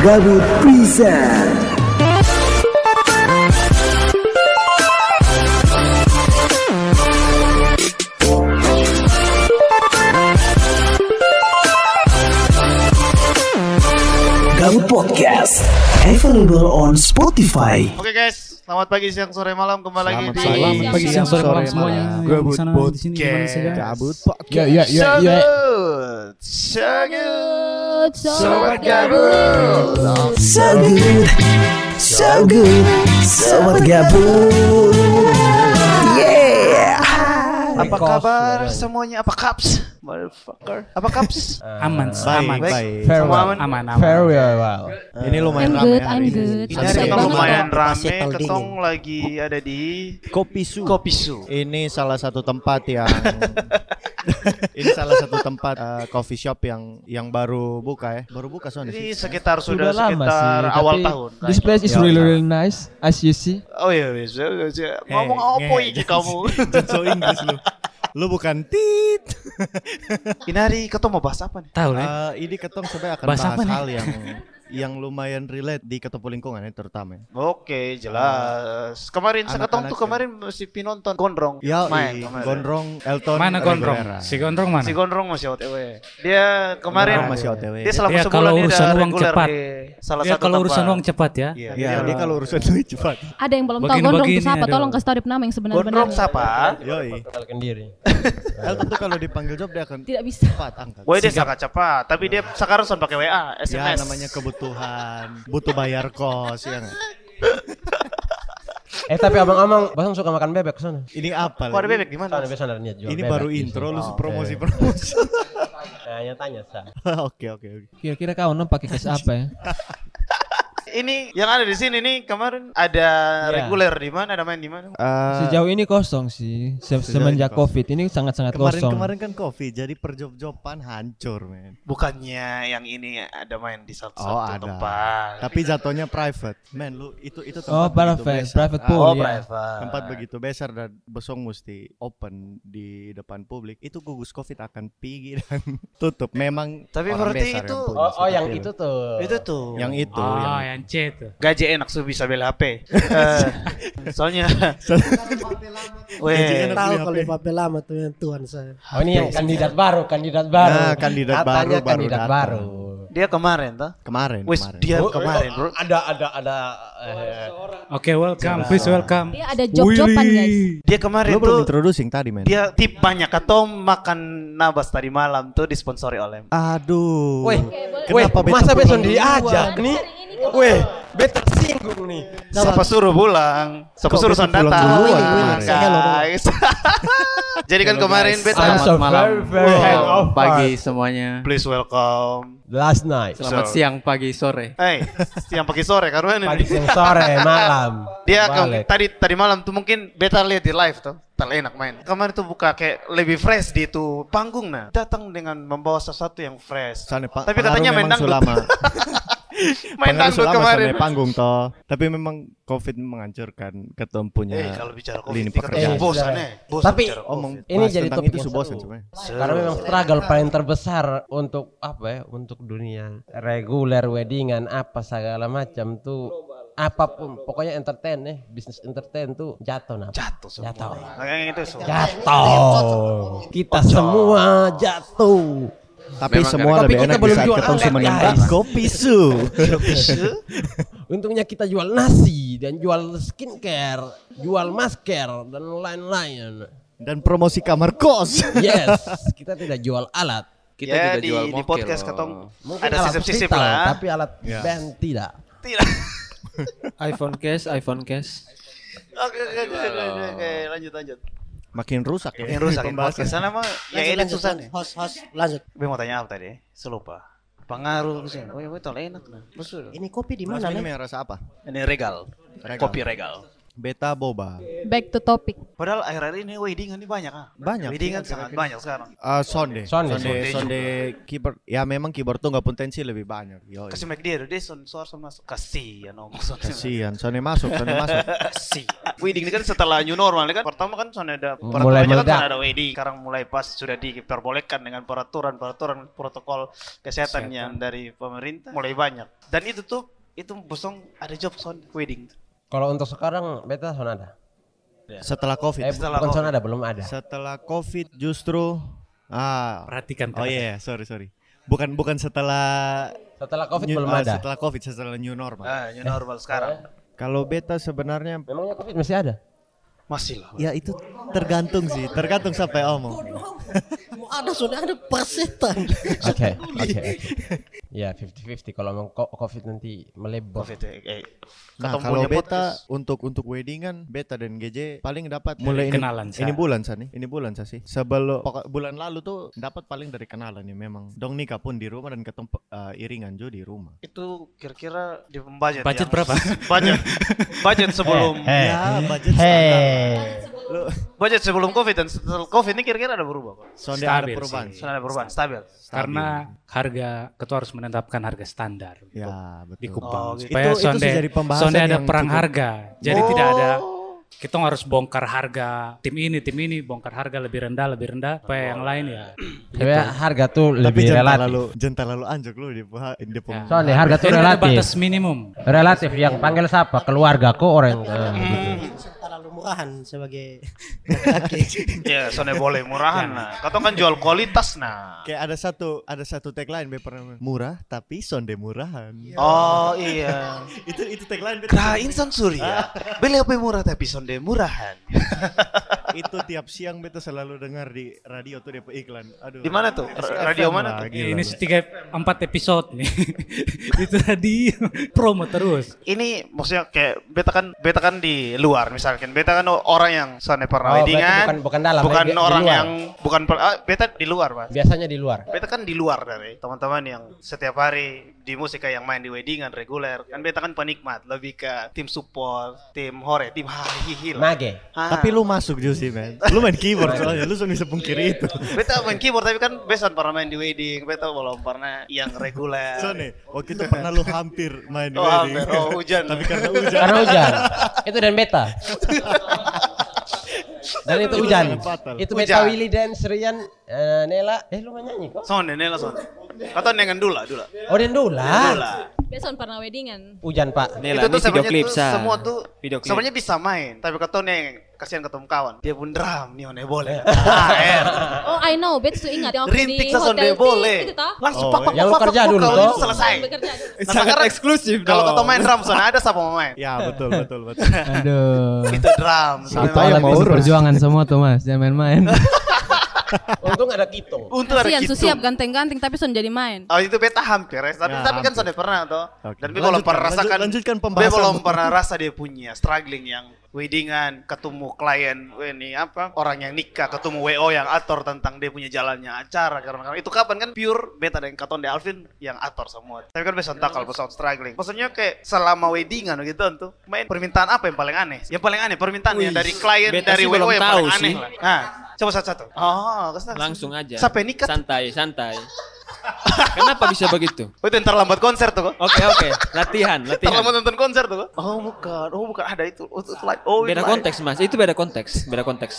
Gabut Present. Gabut Podcast available on Spotify. Oke guys, selamat pagi, siang, sore, malam, kembali lagi di Selamat pagi, siang, sore, malam semuanya. Gabut Podcast. Gabut Ya. Sagut, sobat gabut. So good, so good, Sobat Gabut. Yeah. Apa kabar semuanya? Apa kaps? Motherfucker. Apa kaps? Aman, aman. Baik. Very Semua well. aman? Aman. Very well. Ini lumayan I'm ramai good, hari I'm ini. good. Ini hari kita Banget. lumayan rame, Pasital ketong dingin. lagi ada di Kopi Su. Kopi Su. Ini salah satu tempat yang coffee shop yang baru buka ya. Baru buka soalnya Ini sih. sekitar sudah lama sekitar sih, awal tapi tahun. This place is Ya, really nice as you see. Oh iya, bisa. Ngomong apa ini kamu? So Inggris lu. Lu bukan tit. Ini hari ketemu mau bahas apa nih? Tahu nih. Ini ketong sebenarnya akan Bahas bahas apa nih? hal yang lumayan relate di ketemu lingkungan ya terutama. Oke, jelas. Kemarin seketong tuh anak-anak kemarin si Pinonton Gondrong Ya, main kemarin. Gondrong Elton. Mana Gondrong? Regulera. Si Gondrong mana? Si Gondrong masih OTW. Dia kemarin Gondrong masih OTW. Dia selama Dia sebulan kalau dia urusan udah uang reguler cepat. di salah Dia satu kalau tempat. urusan uang cepat ya. Iya, Ya, dia kalau urusan duit cepat. Ada yang belum tahu Begini- Gondrong itu begini, siapa? aduh. Tolong kasih tahu nama yang Gondrong sebenarnya. siapa? Yoi. Perkenalkan diri. Elton tuh kalau dipanggil job dia akan Tidak bisa. cepat angkat. Woi dia sangat cepat, tapi dia sekarang sudah pakai WA, Ya SMS. namanya kebutuhan, butuh bayar kos ya nggak? Tapi abang-abang, Basang suka makan bebek sana. Ini apa? Kok ada bebek di mana? Sana biasa ada niat jual Ini bebek baru di intro sini. lu promosi. Tanya sa. Oke. Kira-kira kau pakai kes apa ya? Ini yang ada di sini nih kemarin ada reguler di mana? Ada main di mana? Sejauh ini kosong sih. Semenjak ini kosong. Covid ini sangat-sangat kosong. Kemarin kan Covid, jadi perjob-joban hancur men. Bukannya yang ini ada main di satu Oh ada. tempat. Tapi jatuhnya private. Men lu itu Oh, tempat begitu private, besar. private pool Oh, ya. private. Tempat begitu besar dan besong mesti open di depan publik. Itu gugus Covid akan pergi dan tutup. Memang Tapi orang berarti besar itu- yang punya, Oh, yang tapi itu tuh. Itu tuh. yang itu Oh, yang yang C tuh. Gaji enak so bisa beli HP. Soalnya Gaji enak. Tahu beli kalau HP. pape lama tuh yang Tuhan saya. Oh, ini yang kandidat baru. Nah, kandidat Katanya baru kandidat datang. baru. dia kemarin tuh. kemarin. Wis dia kemarin, Bro. Ada Oke, welcome. Please welcome. Dia ada job-joban guys. Dia kemarin Lu belum tuh introducing tadi men. dia tip banyak atau makan nabas tadi malam tuh disponsori oleh. Aduh. Weh, Kenapa masa beta besok pulang diajak nih? Weh, beta tersinggung nih. Siapa suruh pulang? Siapa Kok suruh beta son pulang datang? duluan Ah, kemarin? guys. Jadi kan kemarin beta I'm so very Wow. Pagi semuanya. please welcome. Last night. Selamat So- siang, pagi, sore. Siang pagi sore karena ini. Pagi siang sore malam. Dia Balik. tadi malam tuh mungkin beta lihat di live tuh. Terlalu enak main. Kemarin tuh buka kayak lebih fresh di itu panggung nah. Datang dengan membawa sesuatu yang fresh. Soalnya Tapi katanya main dangdut. Sulama. Main dangdut kemarin. Panggung toh. Tapi memang Covid menghancurkan ketempunya. Kalau bicara lini Covid pekerjaan. bosan bosan Tapi bicara Omong Covid. ini bahas jadi tentang topik itu yang subosan seru. sebenarnya. Karena memang struggle paling terbesar untuk apa ya? Untuk dunia reguler, weddingan, apa segala macam tuh apapun pokoknya entertain bisnis entertain tuh jatuh nah. Jatuh semua. Jatuh. Nah, yang itu semua. Jatuh. Kita semua jatuh. Tapi Memang semua Tapi lebih kita enak belum di saat jual ketemu alat, menimba guys. kopi su. Untungnya kita jual nasi dan jual skincare, jual masker dan lain-lain. Dan promosi kamar kos. Yes, kita tidak jual alat. Kita Ya, juga jual di mokel. podcast loh. ketong Mungkin ada alat sisip-sisip vital, lah. tapi alat band tidak. Tidak. iPhone case. Oke, lanjut. Makin rusak ya. Yang rusak ya podcast sana mah ya edit susah nih. Host lanjut. Gue mau tanya apa tadi? Selupa. Pengaruh sih. Oh, itu enak nah. Betul. Ini kopi di Mas mana minum nih? yang rasa apa? Ini regal. Regal. Kopi regal. Beta boba. Back to topic. Padahal akhir-akhir ini weddingan ini banyak ah. Banyak. Weddingan sangat banyak sekarang. Sonde keyboard. Ya memang keyboard tuh nggak potensi lebih banyak. Yo. Kasih mic dia, dia suara masuk. Kasihan omong Sonde. Kasihan, Sonde masuk. Kasih. Wedding ini kan setelah new normal kan. Pertama kan Sonde ada Mulai kan meledak. Sonde ada wedding. Sekarang mulai pas sudah diperbolehkan dengan peraturan protokol kesehatan yang dari pemerintah mulai banyak. Dan itu bosong ada job Sonde wedding. Kalau untuk sekarang beta sonada. Setelah COVID. Bukan sonada, belum ada. Setelah COVID justru Perhatikan. oh iya, sorry. Bukan setelah Setelah COVID belum ada. Setelah COVID, setelah new normal. New normal sekarang. Kalau beta sebenarnya Memangnya COVID masih ada? Masih lah. ya itu tergantung sampai omong. Mau ada sudah ada persetan. Oke. Ya 50-50 kalau memang COVID nanti melebar. Nah, Ketemu kalau punya beta podcast. untuk weddingan beta dan GJ paling dapat mulai kenalan, Sa. ini bulan sih. Sebelum bulan lalu tuh dapat paling dari kenalan nih memang. Dong nikah pun di rumah dan ketemu iringan juga di rumah. Itu kira-kira di budget Budget yang- berapa? budget sebelum Ya, budget standar. budget sebelum COVID dan setelah COVID ini kira-kira ada berubah Pak? Sonde ada Stabil perubahan. sih. Sudah ada perubahan, stabil. Karena harga ketua harus menetapkan harga standar Ya, di betul. Kupang Oh, gitu. supaya Itu sonde sih jadi pembahasan sonde ada yang perang cukup- harga. Jadi tidak ada kita harus bongkar harga tim ini bongkar harga lebih rendah supaya yang lain ya. Sebenarnya harga tuh Tapi lebih relatif. jangan terlalu anjok lu di Soalnya harga tuh Jadi ada relatif. batas minimum. Relatif yang panggil siapa? Keluargaku orang. Terlalu murahan sebagai laki-laki. Ya, soalnya boleh murahan nah. Kau kan jual kualitas nah. Kayak ada satu tagline be pernah murah tapi sonde murahan. Oh iya. itu tagline be. Gerah insan surya. Beli HP murah tapi sonde murahan. Itu tiap siang beta selalu dengar di radio tuh dia iklan. Aduh. Di mana tuh? Radio mana tuh? Ini 3-4 episode nih. Itu tadi promo terus. Ini maksudnya kayak beta kan di luar misalkan. Beta kan orang yang soalnya pernah Oh, weddingan. berarti bukan dalam, Bukan di orang luar. yang beta di luar, Mas. Biasanya di luar. Beta kan di luar dari teman-teman yang setiap hari di musika yang main di weddingan reguler. Kan beta kan penikmat, lebih ke tim support, tim hore, tim hahihi lah. Mage. Tapi lu masuk Juicy man. Lu main keyboard soalnya lu bisa pungkiri itu. Beta main keyboard tapi kan besan pernah main di wedding, beta belum pernah yang reguler. Soalnya waktu itu pernah lu hampir main di Oh, wedding. hampir. Oh, hujan. Tapi karena hujan. Karena hujan. Itu dan beta. Dan itu hujan. Fatal. Itu beta Hujan. Willy dan Serian Nela. Lu mau nyanyi kok? Sonde nela sonde. Kata dengan dula. Oh dan Dula. Beson pernah weddingan. Hujan Pak. Nela, Itu tuh ini video sebenarnya klip tuh Sa. semua tuh Video klip. sebenarnya bisa main, tapi kata neng kasihan ketemu kawan. Dia pun drum nih mana boleh. Oh, I know. Bet tuh ingat yang waktu Rintik di sonde hotel boleh. Itu toh. Langsung Oh, pak yang lu kerja dulu, kalau toh. itu selesai. Bekerja dulu. Nah, Sangat sekarang eksklusif kalau dong. kata main drum sana ada siapa mau main? Ya betul. Aduh. Itu drum. Itu Sebenarnya alat perjuangan semua tuh mas, jangan main-main. Untung ada Kitong. untuk ada Kasihan gitu. Susiap ganteng-ganteng tapi son jadi main. Oh itu beta hampir ya. Tapi, Ya, tapi kan hampir. sudah pernah toh. Oke. Dan beta belum pernah rasakan. Lanjutkan Beta pembahasan. belum pernah rasa dia punya struggling yang weddingan, ketemu klien, ini apa orang yang nikah, ketemu WO yang atur tentang dia punya jalannya acara karena itu kapan kan pure beta dan Katon de Alvin yang atur semua. Tapi kan besok takal pesawat struggling. Maksudnya kayak selama weddingan gitu tuh main permintaan apa yang paling aneh? Yang paling aneh permintaan yang dari klien beta dari sih WO belum yang tahu paling aneh sih. lah. Nah, coba satu-satu. Oh, kesana. Langsung aja. Sampai nikah. Santai. Kenapa bisa begitu? Oh, itu yang terlambat konser tuh kok. Oke. Latihan. Terlambat nonton konser tuh kok. Oh bukan ada itu. Oh, Beda itu konteks Mas. Itu beda konteks.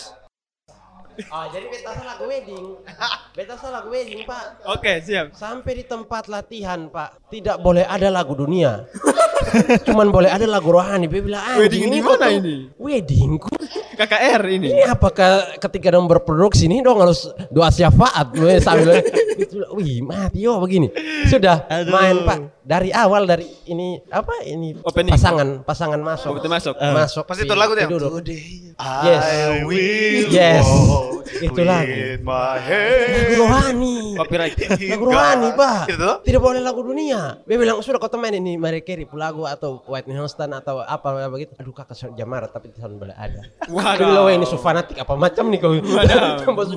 Ah, jadi beta salah lagu wedding. Beta salah lagu wedding, Pak. Oke, siap. Sampai di tempat latihan, Pak, tidak boleh ada lagu dunia. Cuman boleh ada lagu rohani. Dia bilang, Wedding di mana ini? Wedding. KKR ini. Ini apakah ketika dong berproduksi ini dong harus doa syafaat sambil itu, wih mati yo begini. Sudah main Pak dari awal dari ini apa ini Opening. pasangan masuk. Oh, betul masuk. Masuk. Pas itu lagu dia. duduk. Yes. Yes. will Yes. walk Itu lagu. with my hand. Lagu rohani. Copyright. Lagu rohani Pak. Itu tuh? Tidak boleh lagu dunia. Dia bilang sudah kau main ini Mariah Carey lagu atau Whitney Houston atau apa begitu. Aduh kakak jamar tapi tidak boleh ada. Dia bilang wah ini so fanatik apa macam nih kau.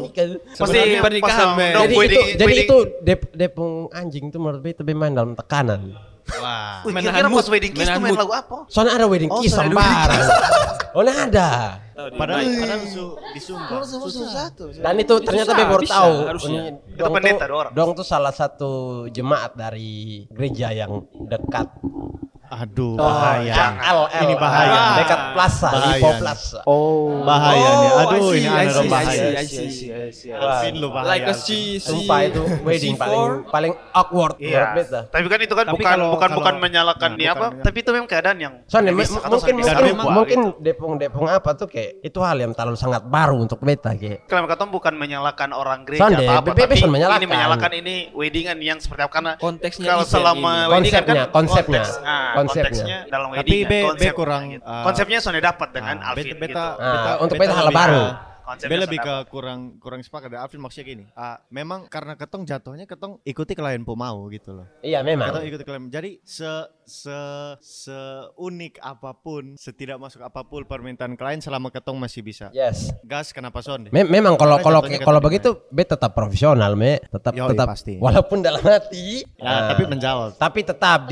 Pasti pernikahan, pas men. dong Jadi wedding- itu wedding- Depong anjing itu menurut beta main dalam tekanan. menahan. Wah. Wih, kira-kira pas wedding kiss tuh main lagu apa? Soalnya ada wedding kiss soalnya ada sembarang. Oh, ada. Padahal disumpah. Susah tuh. Dan itu ternyata dia baru bisa, tahu. harusnya. Itu pendeta dua orang. Dong tuh salah satu jemaat dari gereja yang dekat. Aduh, bahaya. Ini bahaya. Dekat plaza, Bahaya Lipo nih. Plaza. Bahaya nih. Aduh, ini I ada see, bahaya. I see. Alvin lu bahaya. Like a Alvin. Sumpah itu wedding paling awkward menurut Iya. beta. Tapi kan itu kan Tapi bukan kalau- menyalahkan nah, nih apa, bukan- tapi itu memang keadaan yang Soalnya bisa, atau mungkin gitu. depong apa tuh kayak itu hal yang terlalu sangat baru untuk beta kayak. Kalau kata bukan menyalahkan orang gereja Sonde, atau apa, Bebe tapi son menyalahkan. ini menyalahkan ini weddingan yang seperti apa karena Konteksnya kalau event selama ini. weddingan kan Konsepnya. konteksnya dalam Tapi weddingan be kurang gitu. Konsepnya Sonde dapat dengan Alvin beta, gitu. Untuk beta hal baru. Konsepnya lebih sudah ke kurang sepakat. Alvin maksudnya gini. Memang karena ketong jatuhnya ketong ikuti klien mau gitu loh. Iya memang. Ketong ikuti klien. Jadi se unik apapun, setidak masuk apapun permintaan klien selama ketong masih bisa. Yes. Gas kenapa sonde? Memang Karena jatuhnya kalau ketong begitu beta tetap profesional tetap Yoi, tetap pasti. walaupun dalam hati Tapi menjawab. tapi tetap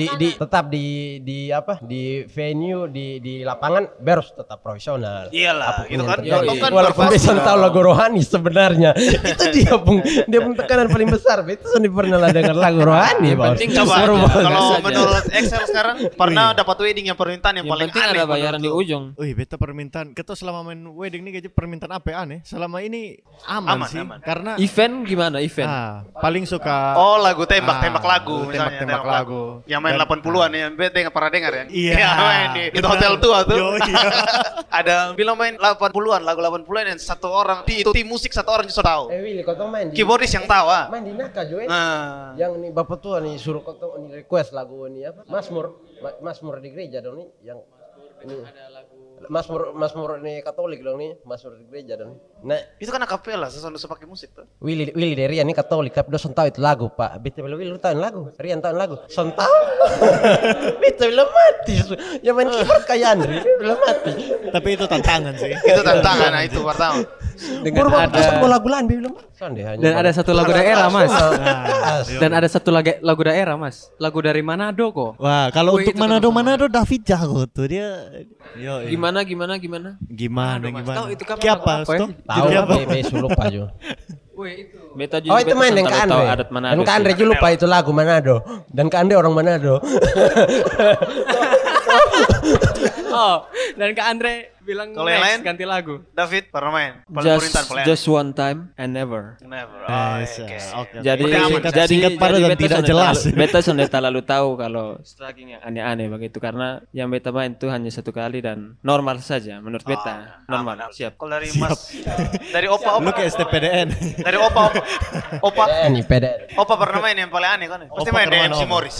di apa di venue di lapangan harus tetap profesional. Iyalah, Apapun gitu yang kan. terjadi. Contoh kan Walaupun berbahasa. Beson tahu lagu rohani sebenarnya itu dia pun tekanan paling besar. Itu sudah pernah lah dengar lagu rohani. Yang penting Coba Suruh kalau saja. menurut Excel sekarang pernah dapat wedding yang permintaan yang Yang paling penting aneh ada bayaran di menurut lu. ujung. Wih, beta permintaan. Kita selama main wedding nih gaji permintaan apa yang aneh? Selama ini aman sih. Aman. Karena Event gimana event? paling suka Oh lagu tembak lagu misalnya tembak lagu. yang main Dan- 80-an yang bete pernah dengar ya? Iya. Ya, main di hotel tua tuh. Yo, iya. Ada bilang main 80-an, lagu 80-an yang satu orang di tim musik satu orang justru tahu. Willy kau tahu main di Keyboardis yang tahu ah. main di Naka Jo. Nah, Yang nih bapak tua nih suruh kau tahu nih request lagu ini apa? Mazmur di gereja dong nih yang ini. Mazmur nih Katolik dong nih, Mazmur di gereja dong. Nah, itu kan akapela, sesuatu pakai musik tuh. Willy dari Rian nih Katolik tapi dia son tahu itu lagu Pak. Bete belum Willy lu tahu lagu. Rian tahu lagu. Son tahu. Bete belum mati. Yang main keyboard kayak Andri belum mati. Tapi itu tantangan sih. Itu tantangan, nah itu pertama. Dengan Baru ada mau lagu lain belum. Son deh hanya. dan ada satu lagu daerah mas. Nah, Dan ada satu lagu daerah mas. Lagu dari Manado kok. Wah, kalau Wih, untuk itu Manado David jago tuh dia. Yo, Gimana? Gimana? Tahu itu kapan Siapa? lagu apa ya? Stop. tahu Siapa? be lupa Jo. Beta juga Oh itu main dengan Kak Andre. adat Manado. Dan Kak Andre juga lupa itu lagu Manado. Dan Kak Andre orang Manado. Oh, dan Kak Andre bilang Kalau yang lain? ganti lagu. David pernah main. Paling permintaan paling Just one time and never. never. Oke. Jadi Singkat padat dan beta tidak sudah jelas. Beta sudah terlalu tahu kalau striking yang aneh-aneh begitu karena yang beta main itu hanya satu kali dan normal saja menurut beta. Normal, siap. Kalau dari Mas, dari Opa Lu kayak STPDN. dari Opa Ini pede. Opa pernah main yang paling aneh kan? Pasti Opa main kemana, MC Om? Morris.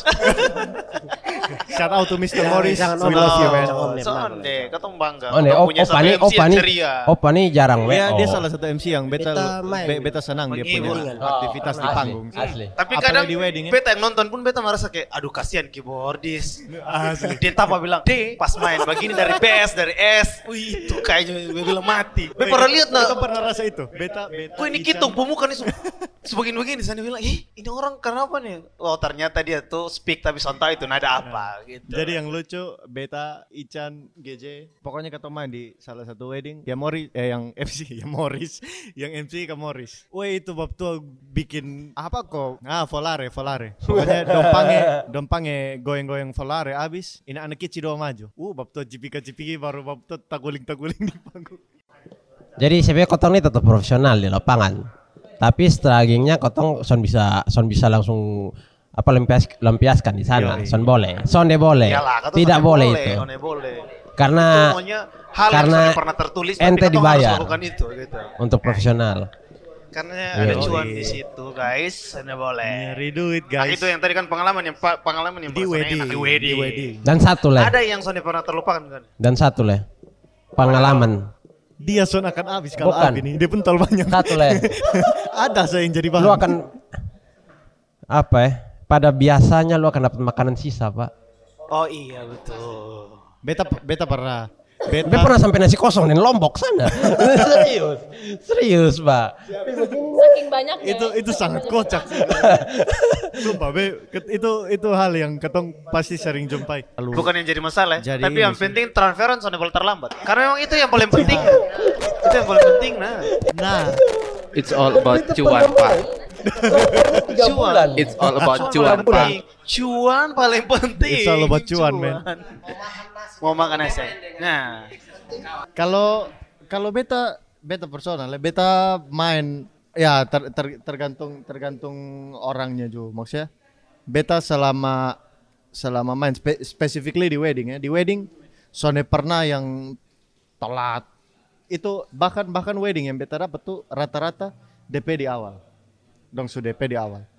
Shout out to Mr. Morris. jangan We om. love you, man. Jangan om. Sonde, ketemu bangga. Oh nih, Ketemu punya satu MC yang ceria. Opa nih jarang Iya, dia WO. salah satu MC yang beta Beta main. beta senang dia punya Menghibur. aktivitas di Asli, panggung. Asli. Tapi Apalagi kadang di wedding ya. beta yang nonton pun beta merasa kayak aduh kasihan keyboardis. Asli. Dia tapa bilang, "D, pas main begini dari PS, dari S." Wih, itu kayaknya gue bilang mati. Beta pernah lihat Kita nah. pernah rasa itu. Beta Kok ini Ican. kitung pemuka nih sebegini-begini. Sana bilang, ini orang kenapa nih?" Oh, ternyata dia tuh speak tapi sontak itu nada apa gitu. Jadi yang lucu Beta, Ican, GJ, pokoknya ketemu main di salah satu wedding. Ya Morris, yang MC, ya Morris, yang MC ke Morris. Woi itu bab tuh bikin apa kok? Volare. Pokoknya dompange goyang-goyang volare abis. Ini anak kecil doang maju. Bab tuh jipika baru bab tuh taguling di panggung. Jadi sebenarnya kotong ini tetap profesional di lapangan. Tapi strugglingnya kotong son bisa langsung apa lampiaskan di sana. Yoi. Son boleh. Sonde boleh. Iyalah, kata Tidak Sonde boleh itu. Sonde boleh. Karena Itu maunya hal karena yang pernah tertulis ente tapi ketong harus dibayar. lakukan itu gitu. untuk profesional. Karena Iya. ada cuan di situ guys, Sonde boleh. Nyari duit Nah, guys. itu yang tadi kan pengalaman yang di rasanya enak, wedding. di wedding. Dan satu leh. Ada yang Sonde pernah terlupakan kan? Dan satu leh. Pengalaman. Dia son akan habis kalau Bukan. Abi nih. Dia pentol banyak. Satu leh. Ada saya yang jadi bahan. Lu akan apa ya? Pada biasanya lu akan dapat makanan sisa, Pak. Oh iya betul. Beta pernah. Beta pernah sampai nasi kosong di Lombok sana. serius Pak. Saking banyaknya. Itu sangat kocak sih. Sumpah be, itu hal yang ketong pasti sering jumpai. Bukan yang jadi masalah, Jadi tapi yang ini sih. penting transferan soalnya boleh terlambat. Karena memang itu yang paling penting. Itu yang paling penting Nah, It's all about cuan, Pak. 3 bulan. It's all about cuan, cuan, Pak. Cuan paling penting. It's all about cuan, men. Mau makan nasi. Nah, kalau beta personal, beta main ya tergantung orangnya juga. Maksudnya beta selama main specifically di wedding ya. Di wedding Sone pernah yang telat. Itu bahkan wedding yang beta dapat tuh rata-rata DP di awal. Dong sudah DP di awal.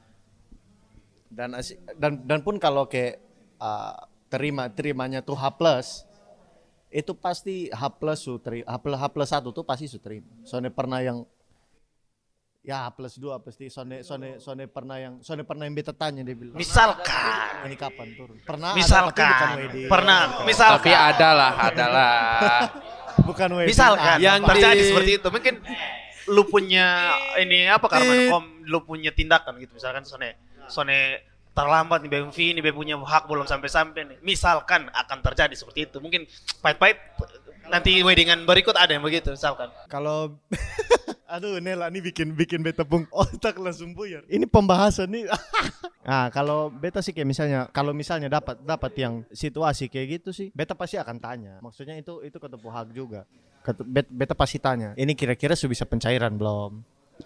Dan pun kalau kayak terimanya tuh H+, itu pasti H+1 tuh pasti su terima. Soalnya pernah yang ya H+2 pasti Sone pernah yang beta tanya dia bilang. misalkan Ini kapan turun? Pernah misalkan ada, tapi bukan wedding. pernah misalkan Tapi adalah. Bukan wedding. misalkan Yang terjadi di- seperti itu mungkin lu punya ini apa karena lu punya tindakan gitu misalkan Sone terlambat nih BMV ini punya hak belum sampai nih misalkan akan terjadi seperti itu mungkin pahit-pahit nanti weddingan berikut ada yang begitu misalkan Kalau aduh Nela ini bikin beta pung otak langsung buyar. Ini pembahasan nih. Nah, kalau beta sih kayak misalnya dapat yang situasi kayak gitu sih, beta pasti akan tanya. Maksudnya itu ketemu hak juga. Beta pasti tanya. Ini kira-kira sudah bisa pencairan belum?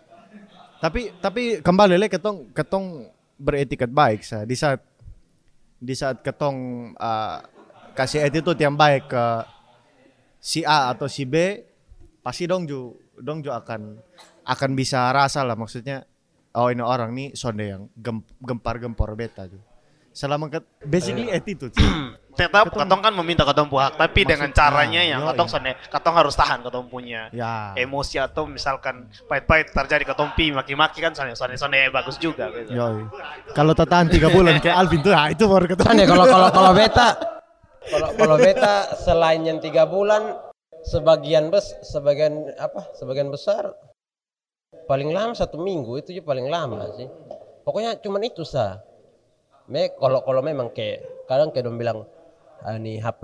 Tapi kembali lagi ketong beretikat baik sa. Di saat ketong kasih attitude yang baik ke si A atau si B, pasti dong ju akan bisa rasa lah, maksudnya oh ini orang nih sonde yang gempar-gempor beta tuh. Selama basically attitude sih. tetap katong kan meminta katong hak tapi dengan caranya yang yoi. katong harus tahan katong punya Ya. emosi atau misalkan pahit-pahit terjadi katong maki-maki kan soalnya bagus juga gitu. Yoi. Kalau tahan 3 bulan kayak Alvin tuh, itu baru ketemu. Kan ya kalau beta selain yang 3 bulan sebagian besar paling lama 1 minggu itu juga paling lama sih. Pokoknya cuman itu sah. Kalau memang kayak kadang kayak dong bilang ini H+,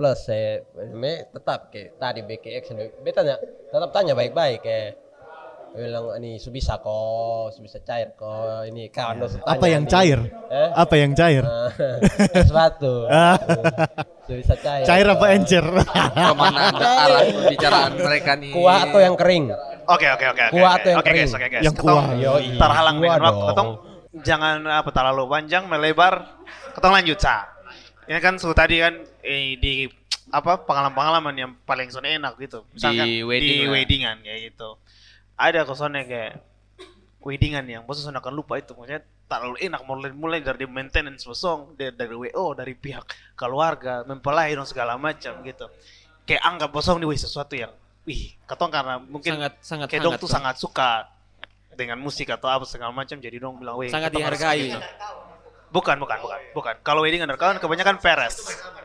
tetap kayak tadi BKX beta tetap tanya baik-baik kayak bilang ini bisa cair kok ini kawan Apa yang cair? Apa yang cair? es batu. Bisa cair. Cair apa encer? Kemana anda arah pembicaraan mereka nih? Kuah atau yang kering? Oke. Kuah atau yang Oke kering? guys. Yang Ketong kuah. terhalang Kuah dengan waktu. dong. Ketong jangan terlalu panjang melebar. Ketong lanjut sa. Ini kan tadi kan di pengalaman yang paling enak gitu. Misalkan Di wedding di lah. weddingan kayak gitu. Ada kosone kayak weddingan yang bos akan lupa itu maksudnya terlalu enak mulai dari maintenance bosong dari WO dari pihak keluarga mempelai dan segala macam gitu. Kayak anggap bosong nih sesuatu yang ketong karena mungkin sangat kayak dong tuh sangat suka dengan musik atau apa segala macam jadi dong bilang sangat ketong harus dihargai. gitu. Bukan. Kalau wedding undercover kebanyakan peres.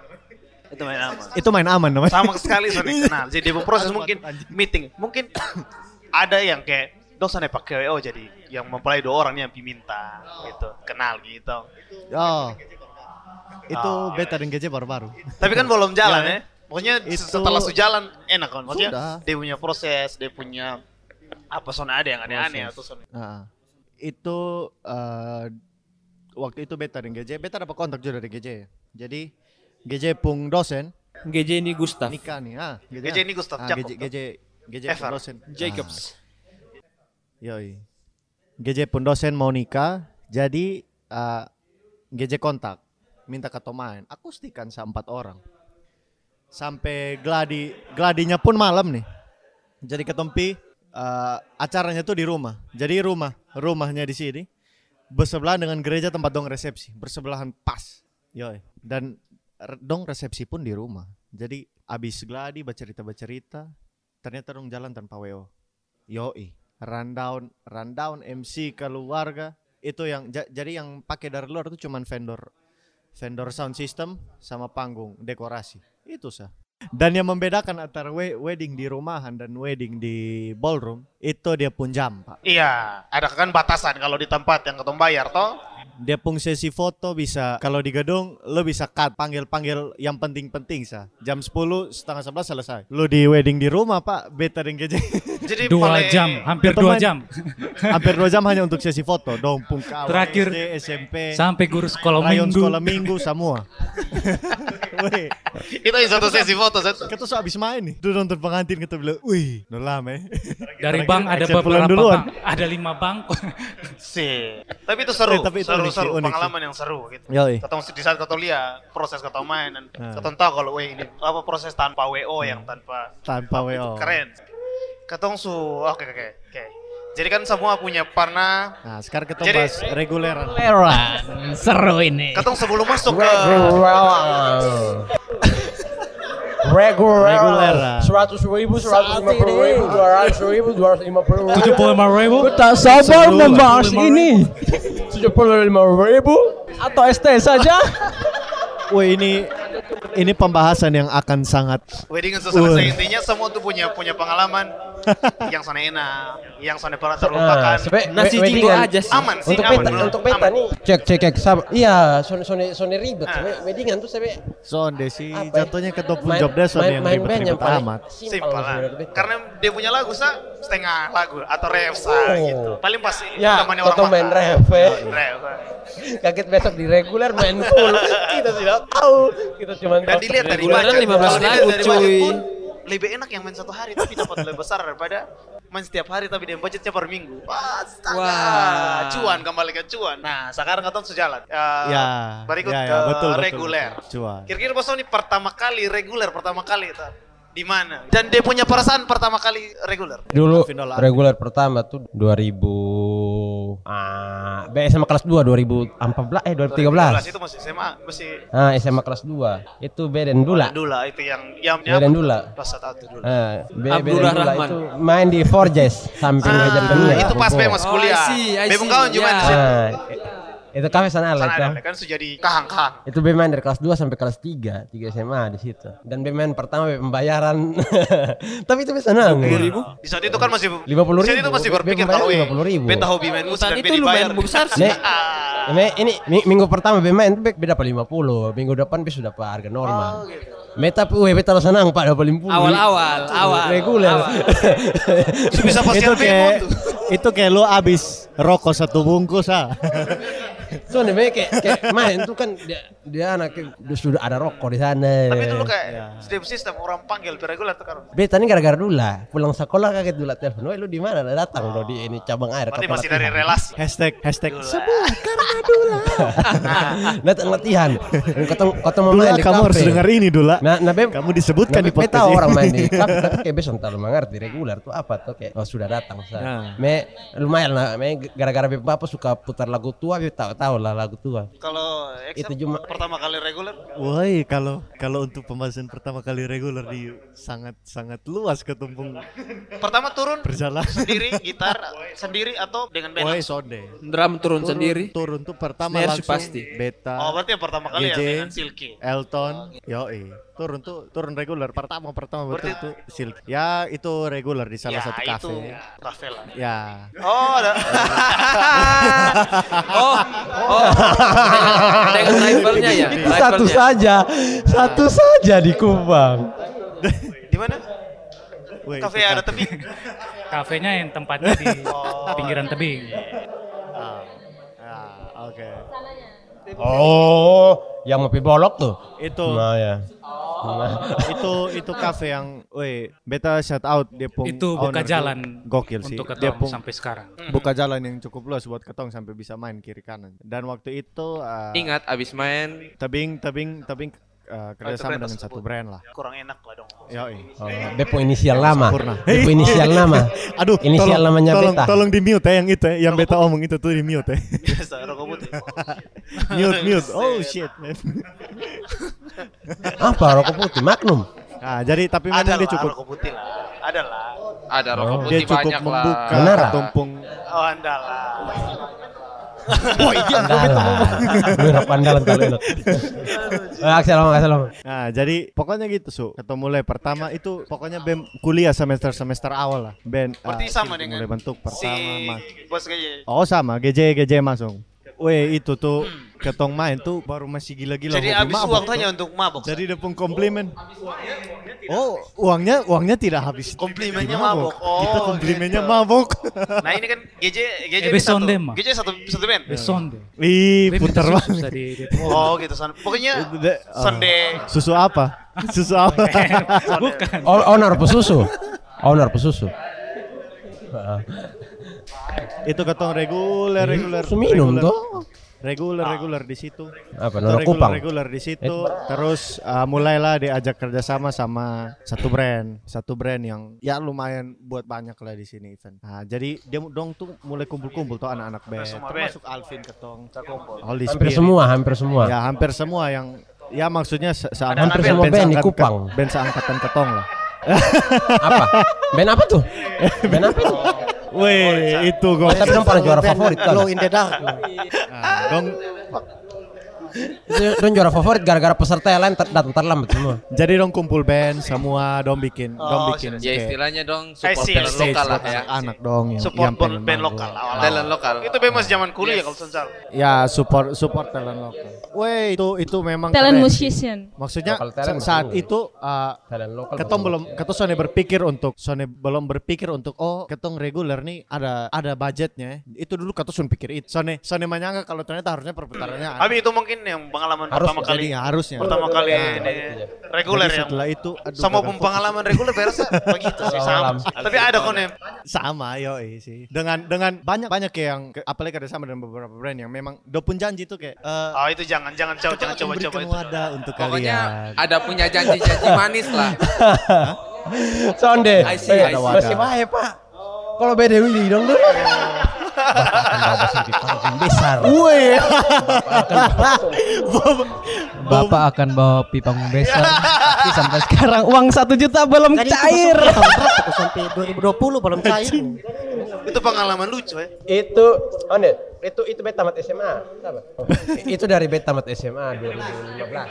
Itu main aman namanya. sama sekali soalnya kenal. Jadi proses mungkin meeting, mungkin ada yang kayak dosa pakai WO jadi yang mempelai 2 orang yang minta gitu, kenal gitu. Oh. Itu beta dan GJ baru-baru. Tapi kan belum jalan Ya, ya. Maksudnya itu- setelah sejalan enak kan. Maksudnya Sudah. dia punya proses, dia punya apa ada yang aneh-aneh atau Nah, itu waktu itu beta dan GJ, beta dapat kontak juga dari GJ. Jadi GJ pung dosen GJ ini Gustaf. nikah nih. GJ ini Gustaf Jakob. GJ Ever. pun dosen Jacobs. Yoi. GJ pun dosen mau nikah, jadi GJ kontak, minta ke main. Akustikan 4 orang. Sampai gladinya pun malam nih. Jadi ketompi acaranya tuh di rumah. Jadi rumahnya di sini bersebelahan dengan gereja tempat dong resepsi, bersebelahan pas. Yoi. Dan dong resepsi pun di rumah. Jadi abis gladi bercerita, ternyata dong jalan tanpa WO. Yoi. Rundown MC keluarga itu yang jadi yang pakai dari luar itu cuman vendor sound system sama panggung dekorasi. Itu sah. Dan yang membedakan antara wedding di rumahan dan wedding di ballroom itu dia pun jam, Pak. Iya, ada kan batasan kalau di tempat yang ketemu bayar toh. Dia pun sesi foto bisa, kalau di gedung lo bisa cut, panggil yang penting-penting sah. Jam 10, setengah 11 selesai. Lo di wedding di rumah, Pak, beta dan keje. Jadi 2 paling- jam, hampir 2 jam. Hampir 2 jam hanya untuk sesi foto. Dong pun kawan Terakhir SD, SMP, sampai guru sekolah rayon minggu. sekolah minggu semua. Weh, Itu yang satu sesi foto. kita so abis main nih. Tuh nonton pengantin kita bilang, wih, udah lama ya. Dari bank ada Action pulang beberapa duluan. bank, ada 5 bank. Sih. Tapi itu seru, Tapi itu seru, unik sih, seru. unik Pengalaman yang seru gitu. Yoi. Ketemu di saat ketemu lihat proses ketemu main dan Nah. ketemu tahu kalau ini apa proses tanpa WO yang tanpa WO. keren. Ketemu oke. Jadi kan semua punya pernah. Nah, sekarang kita Jadi- bahas reguleran. Seru ini. Ketemu sebelum masuk ke Reguler. 100.000, 150.000, 200.000, 250.000. 75.000. Tak sabar Sebelum- membahas ini. 75.000 Atau ST saja. Wah, ini pembahasan yang akan sangat wedding selesai intinya semua tuh punya pengalaman yang sana enak, yang sana pernah terlupakan. Nasi jinggo aja sih. Aman sih, Untuk aman. beta, menurut- untuk beta aman. nih. Cek sabar. Iya, Sony ribet. Weddingan tuh sampai sonde sih apa ya? jatuhnya ke top job dia sonde yang main band yang ribet-ribet paling amat. Simpel lah. Karena dia punya lagu setengah lagu atau refsa Oh. gitu. Paling pasti Ya, namanya orang Toto main makan. ref, Ref. Kaget besok di reguler main full. Kita tidak tahu. Kita cuma Dan dilihat dari Regularan budget. 15 Kalau dilihat lagu, dari budget cuy. pun lebih enak yang main 1 hari tapi dapat lebih besar daripada main setiap hari tapi dia budgetnya per minggu. Astaga. Wah. Cuan kembali ke cuan. Nah, sekarang katong sejalan. Ya. Berikut ya, ke betul, reguler. Cuan. Kira-kira Bos ini pertama kali reguler itu di mana? Dan dia punya perasaan pertama kali reguler. Dulu Final reguler pertama tuh 2000 SMA kelas 2 2014 2013. Itu masih SMA, masih SMA kelas 2. Itu Beden Dula. Dula itu yang Beden Dula. Pas saat itu dulu. Beden Abdullah Dula Rahman. itu main di Forges samping meja dunia. Itu pas Bobo. masuk kuliah. I see. Bebung kawan cuma Ya. di situ. Itu kafe sana Sana lah ada kan sudah jadi kahang-kahang. itu main dari kelas 2 sampai kelas 3 SMA di situ. Dan main pertama pembayaran. Tapi itu bisa nang. 20.000. Di saat itu kan masih 50.000. Di saat itu masih berpikir kalau 50.000. beta hobi main musik dan Itu beta dibayar. lumayan besar sih. Ini minggu pertama main beda dapat 50, minggu depan sudah dapat harga normal. Meta beta senang Pak dapat 50. Awal. Reguler. Bisa pasti Itu kayak lo abis rokok 1 bungkus Soalnya kayak main tuh kan dia anaknya sudah ada rokok di sana. Tapi dulu kayak setiap sistem orang panggil reguler tuh kan. Beta ini gara-gara dulu lah pulang sekolah kaget dulu telepon, "Woi lu di mana?" Datang lo di ini cabang air. Berarti kapal masih dari latihan." relasi. Hashtag Dula. Datang latihan. Ketemu Dula, main di kamu kafe. harus dengar ini Dula. Nah, Kamu disebutkan di beta podcast ini. orang main di klub tapi kayak besok terlalu mengerti reguler tuh apa tuh kayak sudah datang Nah. lumayan lah gara-gara bapak suka putar lagu tua beta tahu lah lagu tua. Kalau Itu Exam cuma pertama kali reguler Woi, kalau untuk pembahasan pertama kali reguler di sangat luas ketumpung pertama turun berjalan. sendiri gitar sendiri atau dengan band Woi, langsung? sonde. Drum turun sendiri. Turun tuh pertama Snare langsung pasti. beta. Oh berarti yang pertama kali ya GJ, dengan Silky. Elton, yoi. Turun reguler pertama betul Berarti- tuh Silk. Ya itu reguler di salah satu itu kafe. kafe lah. Ya. Oh ada. Dengan rivalnya ya. satu saja di Kupang. Di mana? Woi, Kafe itu ada tebing. Kafenya yang tempatnya di pinggiran tebing. Oke. Oh, yang ngopi bolok tuh. Itu Nah ya. itu kafe yang beta shout out dia pun Itu buka jalan gokil sih. untuk Dia ketong pun sampai sekarang. buka jalan yang cukup luas buat ketong sampai bisa main kiri kanan. Dan waktu itu Ingat abis main tebing kerjasama brand dengan tersebut. satu brand lah. Kurang enak lah dong. Yoi. Oh, Bepo inisial nama. Sempurna. Bepo inisial nama. Aduh, Inisial namanya beta. Tolong di mute yang itu yang beta omong itu tuh di mute Biasa rokok putih. mute. Oh shit, man. Apa rokok putih Magnum? Nah, jadi tapi memang Ada dia lah cukup rokok putih lah. Ada lah. ada rokok dia putih cukup banyak membuka lah. Benar. tumpung Oh anda lah. Wah, iya. Mirip andalan kalau itu. Aksel ngomong. Nah, jadi pokoknya gitu, Su. Ketemu mulai pertama itu pokoknya BEM kuliah semester awal lah. BEM Berarti sama dengan mulai bentuk pertama. bos GJ. Oh, sama. GJ masuk. Weh, itu tuh ketong main tuh baru masih gila-gila. Jadi habis uang hanya untuk mabok. Jadi dia pun komplimen. Oh, uangnya tidak habis. Komplimennya mabok. Kita komplimennya mabok. Nah, ini kan GJ Besonde mah. GJ satu band. Besonde. Ih, putar banget. Oh, gitu. Pokoknya sonde. Susu apa? Susu apa? Bukan. Owner pesusu. Itu ketong reguler. Minum tuh. Reguler di situ. Apa Nona Kupang? Reguler di situ. Terus mulailah diajak kerjasama sama satu brand yang ya lumayan buat banyak lah di sini event. Nah, jadi dia dong tuh mulai kumpul-kumpul tuh anak-anak band. Termasuk Alvin ketong. Hampir semua. Ya hampir semua yang ya maksudnya hampir semua band di Kupang. Band seangkatan ketong lah. Apa? Band apa tuh? Band apa itu? Weh, itu gue. Tapi dong pernah juara favorit kan? Glow in the dark. Dong. Itu juara favorit gara-gara peserta yang lain datang terlambat semua. Jadi dong kumpul band semua, dong bikin. Ya istilahnya dong support talent lokal lah ya. Anak dong yang support band lokal. Talent lokal. Itu band zaman kuliah kalau sensal. Ya support talent lokal. Weh, itu memang Talent keren. musician. Maksudnya saat itu ketong belum berpikir untuk ketong reguler nih ada budgetnya. Itu dulu ketong pikir itu. Sone menyangka kalau ternyata harusnya perputarannya. Tapi itu mungkin yang pengalaman pertama kali. Harusnya. Pertama kali ini reguler yang. Setelah itu sama pengalaman reguler berasa begitu sih sama. Tapi ada konem. Sama sih. Dengan banyak yang apalagi ada sama dengan beberapa brand yang memang do pun janji tuh kayak itu jangan coba itu. Wadah untuk Pokoknya kalian. ada punya janji-janji manis lah. Sonde. Masih baik, Pak. Kalau beda Willy dong dulu. Besar. Woi. Bapak akan bawa pipa besar. Tapi sampai sekarang uang 1 juta belum cair. Sampai 2020 belum cair. Itu pengalaman lucu ya. Itu beta tamat SMA. Itu dari beta tamat SMA 2015.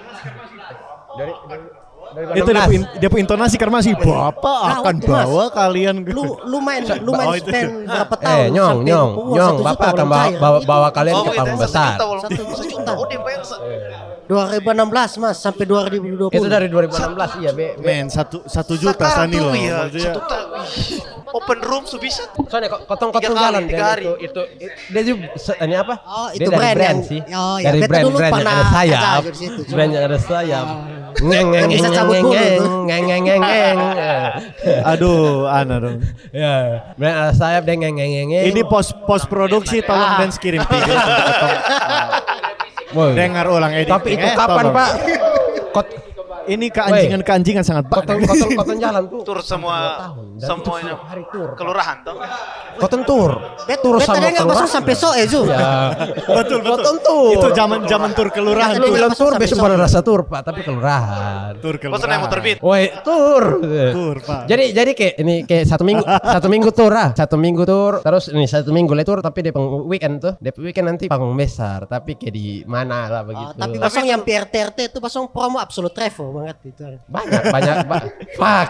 Itu dia punya intonasi karena masih bapak akan bawa kalian lu main spend berapa tahun nyong bapak akan bawa kalian ke panggung besar 1 juta 2016 mas sampai 2020 itu dari 2016 iya men 1 juta sani loh open room bisa soalnya kotong jalan itu dia juga ini apa itu brand sih dari brand ada sayap brandnya ada sayap bisa cabut bulu aduh dong ya brand ada sayap deh ini post produksi tolong dance kirim video dengar ulang edit tapi itu kapan pak ini keanjingan sangat banyak. Koton jalan tuh. Tur semuanya hari tur. Kelurahan toh. Koton tur. Tur sama kelurahan. Sampai sore itu. Ya. Betul. Koton tur. Itu zaman tur kelurahan. Lu bilang tur besok pada rasa tur Pak, tapi kelurahan. Tur kelurahan. Masa naik motor beat. Woi, tur. Tur Pak. Jadi kayak 1 minggu tur ah. 1 minggu tur. Terus ini 1 minggu tur tapi dia weekend tuh. Dia weekend nanti panggung besar, tapi kayak di mana lah begitu. Tapi pasang yang PRT itu pasang promo Absolute Travel banget itu. Banyak fuck.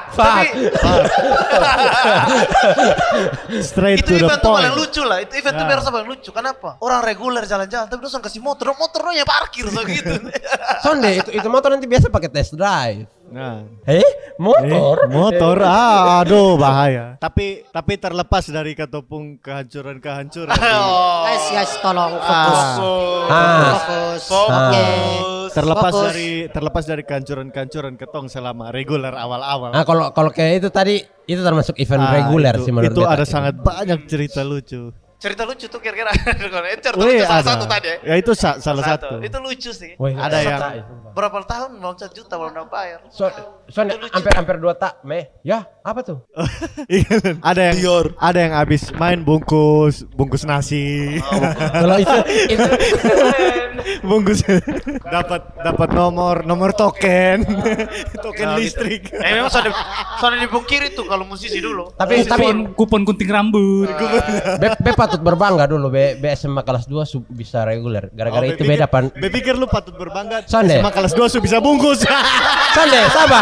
Straight itu to the event tuh paling point. lucu lah. Itu event tuh berasa paling lucu. Kenapa? Orang reguler jalan-jalan tapi dosen kasih motornya parkir gitu. Sonde itu motor nanti biasa pakai test drive. Nah. Motor. Aduh bahaya. Tapi terlepas dari ketopung kehancuran. Guys, tolong fokus. Terlepas dari kehancuran ketong selama reguler awal-awal. Nah, kalau kayak itu tadi itu termasuk event reguler sih menurut itu ada sangat banyak cerita lucu. Cerita lucu tuh kira-kira. Cerita lucu salah satu tadi ya. Itu salah satu. Itu lucu sih. Ada yang berapa tahun belum 1 juta belum bayar. Soalnya hampir 2 tak, ya apa tuh? ada yang habis main bungkus nasi. Kalau itu bungkus dapat nomor token listrik. Memang soalnya dibungkir itu kalau musisi dulu. Tapi kupon gunting rambut. Bepa patut berbangga dulu SMA kelas 2 bisa reguler. Gara-gara itu beda pan. Pikir lu patut berbangga. Sonde. SMA kelas 2 bisa bungkus. Sonde,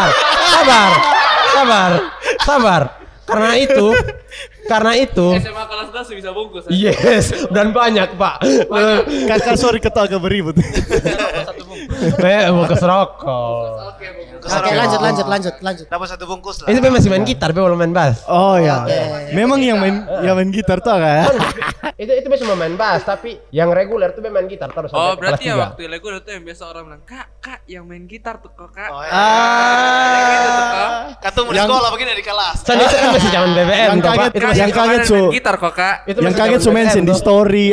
sabar. Karena itu SMA kelas 2 bisa bungkus. yes, dan banyak Pak. Kakak sorry ketawa agak beribut. Bungkus rokok. Oke, lanjut. Dapat satu bungkus lah. Itu masih main gitar, belum main bass. Oh ya. Memang yang main gitar tuh kan? Itu bisa main bass, tapi yang reguler tuh main gitar terus. Oh, berarti ya kelas 3. waktu reguler tuh yang biasa orang bilang, "Kak, yang main gitar tuh kok, Kak." Oh, ya. Gitu tuh, Kak. Ketemu di sekolah begini di kelas. San itu kan masih zaman BBM Yang toh, Pak. kaget- Itu Kak, masih yang kemarin kaget, main Su. gitar kok, Kak. itu Yang masih kaget zaman mention BBM di toh. story.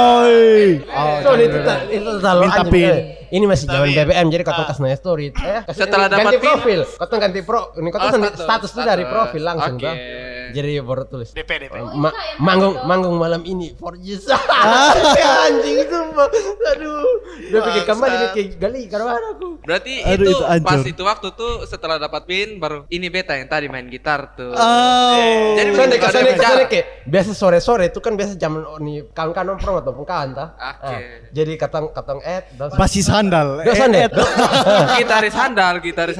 So itu terlalu Minta anjing. pin. Ini masih zaman BBM jadi kau kasih nanya story. Setelah ganti dapat pin. profil. Kau ganti ini kau status tuh dari profil langsung Oke. toh. Jadi baru tulis. DP. Manggung malam ini for Jesus. Anjing itu mah. Aduh. Udah pikir kembali dia kayak gali karena aku. Berarti Aduh, itu itu hancur. pas itu waktu tuh setelah dapat pin baru ini beta yang tadi main gitar tuh. Jadi Soalnya begitu ada bicara. kayak biasa sore-sore itu kan biasa zaman nih kawan-kawan nongkrong ataupun kawan tah. Oke. Jadi katong Basis handal. Gitaris handal.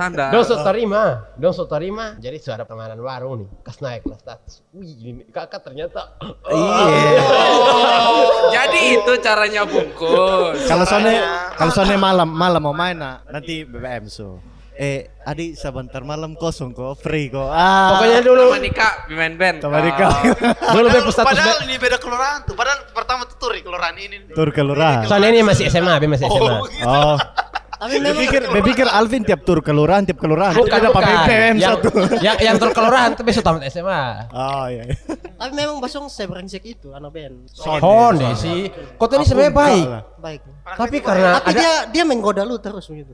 Dong so terima. Jadi sudah ada permainan baru nih. Kas naik kelas status. Wih, ini kakak ternyata. Iya. Jadi itu caranya bungkus. Kalau soalnya malam mau main nanti BBM so. Adik sebentar malam kosong kok, free kok. Pokoknya dulu Sama Nika main band. sama Rika. dulu be status Padahal ini beda kelurahan tuh. Padahal pertama tuh Turi kelurahan ini. Tur kelurahan. soalnya ini masih SMA, be masih SMA. Oh. Tapi memang Berpikir Alvin tiap kelurahan Bukan, ada bukan. BBM Yang satu. yang terkelurahan tuh besok tamat SMA. Oh iya. tapi memang Basong sebrengsek itu anak band. Honde sih. Kota ini sebenarnya baik. Baik. Tapi karena Tapi ada dia menggoda lu terus begitu.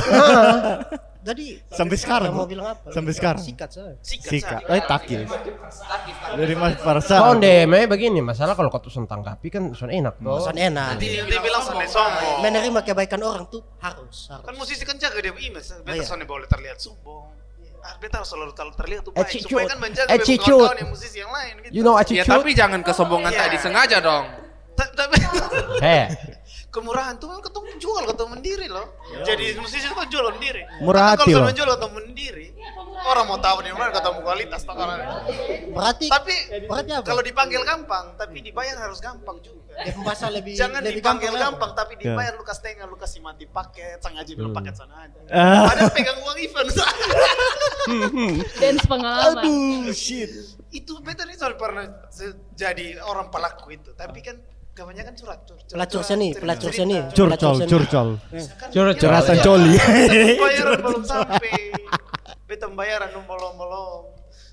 Jadi Sampai sekarang. mau bilang apa? Sampai sekarang. Sikat saya. Sika. Takis. Dari Mas Farsa. Honde, memang begini masalah kalau kau tuh tanggapi kan son enak toh. Pesan enak. Dia bilang sampai sombong. Menerima kebaikan orang tuh harus. Kan musisi kan jaga dia image. Beta iya. soalnya boleh terlihat sombong. Beta harus selalu terlihat tuh baik. Attitude. Supaya kan menjaga Attitude. kawan-kawan yang musisi yang lain gitu. You know Ya attitude? tapi jangan kesombongan Iya. tadi sengaja dong. Tapi kemurahan tuh kan ketemu jual ketemu mendiri loh. Jadi musisi itu kan jual mendiri. Murah Tapi hati kalau loh. sama jual ketemu mendiri, orang mau tahu di mana ketemu kualitas toh kan. Berarti Tapi apa? kalau dipanggil gampang, tapi dibayar harus gampang juga. Dia pembahasan lebih Jangan lebih dipanggil gampang. gampang, tapi dibayar lu kasih tengah, lu kasih mati paket, sang aja bilang paket sana aja. Ah. Padahal pegang uang event. Dance pengalaman. Aduh, shit. Itu beta nih soal pernah jadi orang pelaku itu, tapi kan kebanyakan Pelacur seni. Curcol. Curasan coli. Bayaran belum sampai. Beta pembayaran belum.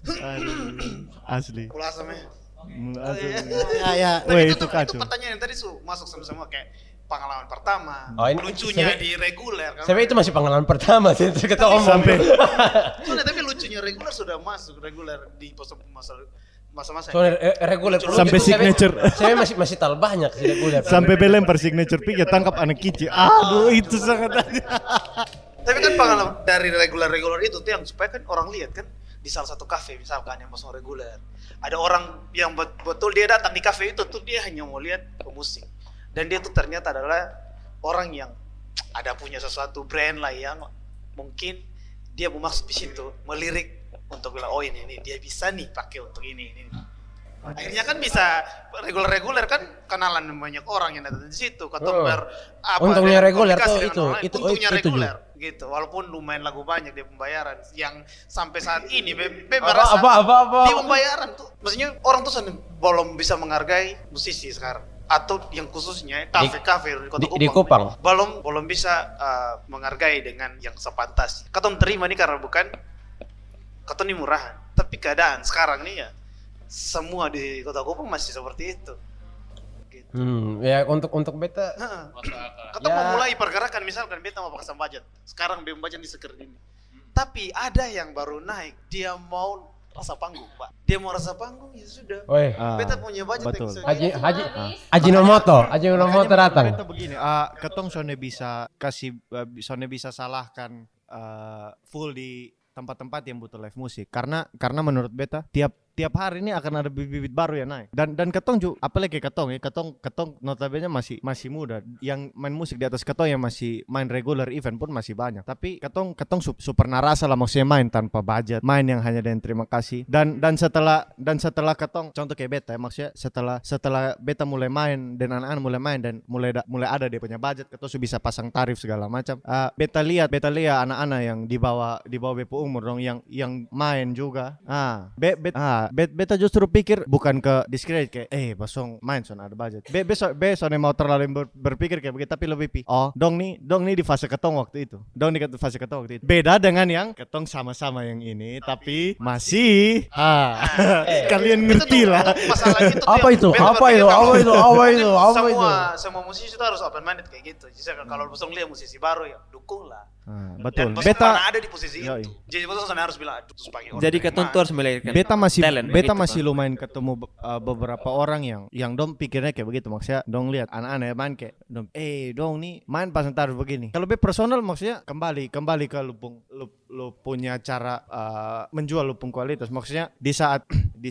Asli. Pulasamnya. Ya. Weh, Itu itu kacau. pertanyaan yang tadi masuk sama-sama kayak pengalaman pertama. Oh, ini lucunya sebenarnya- di reguler kan. Sebenarnya itu masih pengalaman pertama sih terus kita omong. Sampai Soalnya tapi lucunya reguler sudah masuk reguler di masa-masa. Soalnya reguler Sampai signature. Saya masih tal banyak sih reguler. sampai belempar signature pick ya tangkap anak kicik. Aduh, itu sangat Tapi kan pengalaman dari reguler itu tuh yang supaya kan orang lihat kan di salah satu kafe misalkan yang masuk reguler. Ada orang yang betul dia datang di kafe itu tuh dia hanya mau lihat musik. Dan dia tuh ternyata adalah orang yang ada punya sesuatu brand lah yang mungkin dia mau masuk di situ, melirik untuk bilang oh ini dia bisa nih pakai untuk ini. Akhirnya kan bisa reguler kan kenalan banyak orang yang datang di situ, Untungnya reguler tuh itu untungnya itu reguler gitu. Walaupun lumayan lagu banyak dia pembayaran yang sampai saat ini apa di pembayaran tuh maksudnya orang tuh belum bisa menghargai musisi sekarang atau yang khususnya kafe-kafe di Kupang belum bisa menghargai dengan yang sepantas. Katong terima nih karena bukan katong ini murahan, tapi keadaan sekarang nih ya semua di Kota Kupang masih seperti itu. Gitu. Ya untuk beta Katong mau mulai pergerakan misalkan beta mau pakai budget. Sekarang BEM budget di seker ini. Tapi ada yang baru naik, dia mau rasa panggung, Pak. Dia mau rasa panggung ya sudah. Woi. Beta punya budget betul. Haji Nomoto datang. Beta begini, ketong sone bisa salahkan full di tempat-tempat yang butuh live musik karena menurut beta tiap tiap hari ini akan ada bibit-bibit baru yang naik. Dan ketong juga, apalagi ketong notabene masih muda. Yang main musik di atas ketong yang masih main regular event pun masih banyak. Tapi ketong super narasa lah, maksudnya main tanpa budget, main yang hanya dengan terima kasih. Dan setelah ketong, contoh kayak beta ya, maksudnya setelah beta mulai main dan anak-anak mulai main dan mulai ada dia punya budget, ketong sudah bisa pasang tarif segala macam. Beta lihat anak-anak yang di bawah bepo umur dong yang main juga. Beta justru pikir bukan ke diskredit kayak basong main son ada budget. Besok mau terlalu berpikir kayak begitu, tapi lebih dong nih di fase ketong waktu itu. Beda dengan yang ketong sama-sama yang ini tapi masih kalian ngerti lah. Apa itu? Semua musisi itu harus open minded kayak gitu. Jadi kalau bosong lihat musisi baru ya dukung lah. Betul. Dan beta pernah ada di posisi itu. Jadi bosong harus bilang aduh sebagai orang. Jadi ketong harus melahirkan. Beta masih lumayan ketemu beberapa orang yang dong pikirnya kayak begitu. Maksudnya dong lihat anak-anak yang main kayak dong nih main pasang tarif begini. Kalau personal maksudnya kembali ke lu punya cara menjual lu pun kualitas. Maksudnya di saat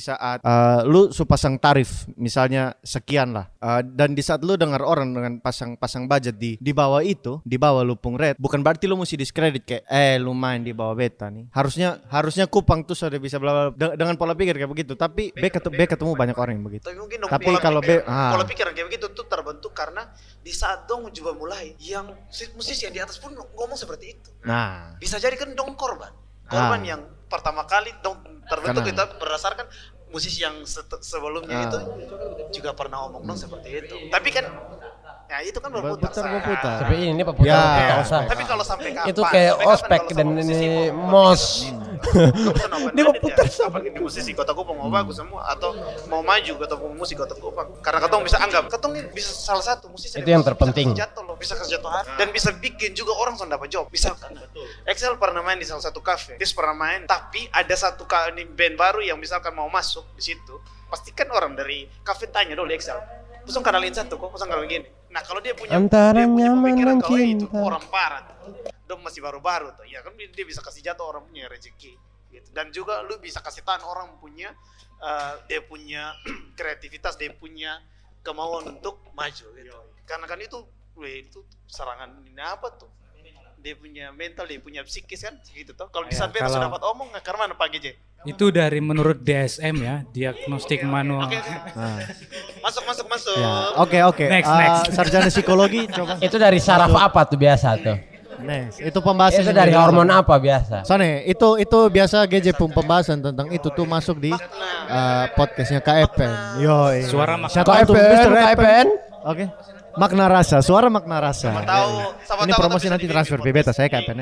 lu pasang tarif misalnya sekian lah, dan di saat lu dengar orang dengan pasang budget di bawah itu, di bawah lu pun rate, bukan berarti lu mesti diskredit kayak lu main di bawah beta nih. Harusnya kupang tuh sudah bisa bla bla dengan pola pikir kayak begitu. Tapi ketemu banyak orang yang begitu. Tapi kalau pola pikiran kayak begitu tuh terbentuk karena di saat dong juga mulai yang musisi yang di atas pun ngomong seperti itu. Nah, bisa jadi kan dong korban yang pertama kali dong terbentuk itu berdasarkan musisi yang sebelumnya itu juga pernah ngomong dong seperti itu. Tapi kan ya itu kan berputar. Tapi ini berputar. Tapi kalau sampai kapan? Itu kayak ospek dan ini mos. Dia berputar sampai di musisi Kota Kupang mau bagus semua atau mau maju atau musik Kota Kupang. Karena ketong bisa anggap ketong ini bisa salah satu musisi itu yang terpenting. Bisa kerja hati dan bisa bikin juga orang sudah dapat job. Misalkan Excel pernah main di salah satu cafe, dia pernah main tapi ada satu band baru yang misalkan mau masuk di situ, pastikan orang dari cafe tanya dulu Excel. Pusing kenalin satu kok, pusing kenalin gini. Nah kalau dia punya pemikiran kalau itu orang barat, dong masih baru-baru tuh, ya kan dia bisa kasih jatuh orang punya rezeki, gitu. Dan juga lu bisa kasih tahan orang punya, dia punya kreativitas, dia punya kemauan untuk maju, gitu. Karena kan itu serangan ini apa tuh? Dia punya mental, dia punya psikis kan, gitu tuh. Kalau di saat beta sudah dapat omong, karena mana Pak GJ? Itu dari menurut DSM ya, diagnostik manual. Masuk. Ya, oke. Next. Sarjana psikologi coba. Itu dari saraf apa tuh biasa tuh? Next. Itu pembahasan. Itu dari hormon apa biasa? Soalnya itu biasa GJ pembahasan tentang itu tuh masuk di podcastnya KFN. Yo. Suara KFN. Oke. Makna rasa, suara makna rasa. Ini promosi nanti transfer beta saya KFN.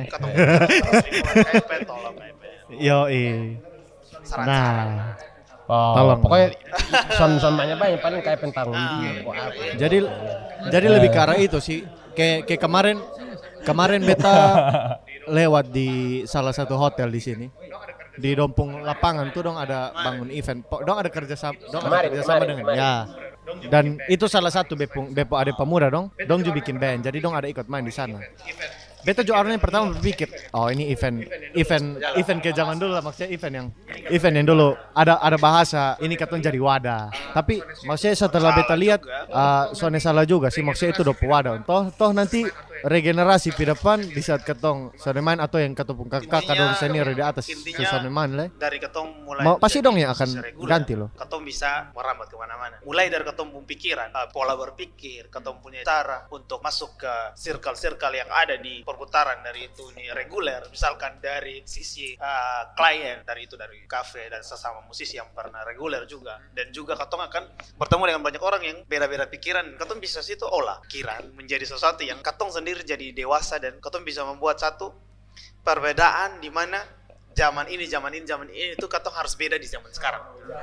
Yo. Nah, tolong. Pokoknya son-sonnya banyak paling kayak pentang dia. Jadi lebih ke arah itu sih. Kayak kemarin beta lewat di salah satu hotel di sini. Di Dompung Lapangan tuh dong ada bangun event. Dong ada kerjasama dengan ya. Dan itu salah satu Bepo ada pemuda dong juga bikin band. Jadi dong ada ikut main di sana. Beta juga orangnya pertama berpikir, ini event ke zaman dulu lah, maksudnya event yang dulu ada bahasa ini katanya jadi wadah. Tapi maksudnya setelah beta lihat soalnya salah juga sih, maksudnya itu udah wadah. Toh nanti regenerasi di depan di saat ketong soalnya main atau yang ketong kakak dong senior di atas soalnya main lah. Dari ketong mulai pasti dong yang akan ganti loh. Ketong bisa merambat kemana-mana. Mulai dari ketong punya pikiran, pola berpikir, ketong punya cara untuk masuk ke circle-circle yang ada di perputaran dari itu nih reguler, misalkan dari sisi klien, dari kafe dan sesama musisi yang pernah reguler juga, dan juga ketong akan bertemu dengan banyak orang yang beda-beda pikiran. Ketong bisa situ olah pikiran menjadi sesuatu yang ketong sendiri jadi dewasa, dan ketong bisa membuat satu perbedaan di mana zaman ini itu ketong harus beda di zaman sekarang.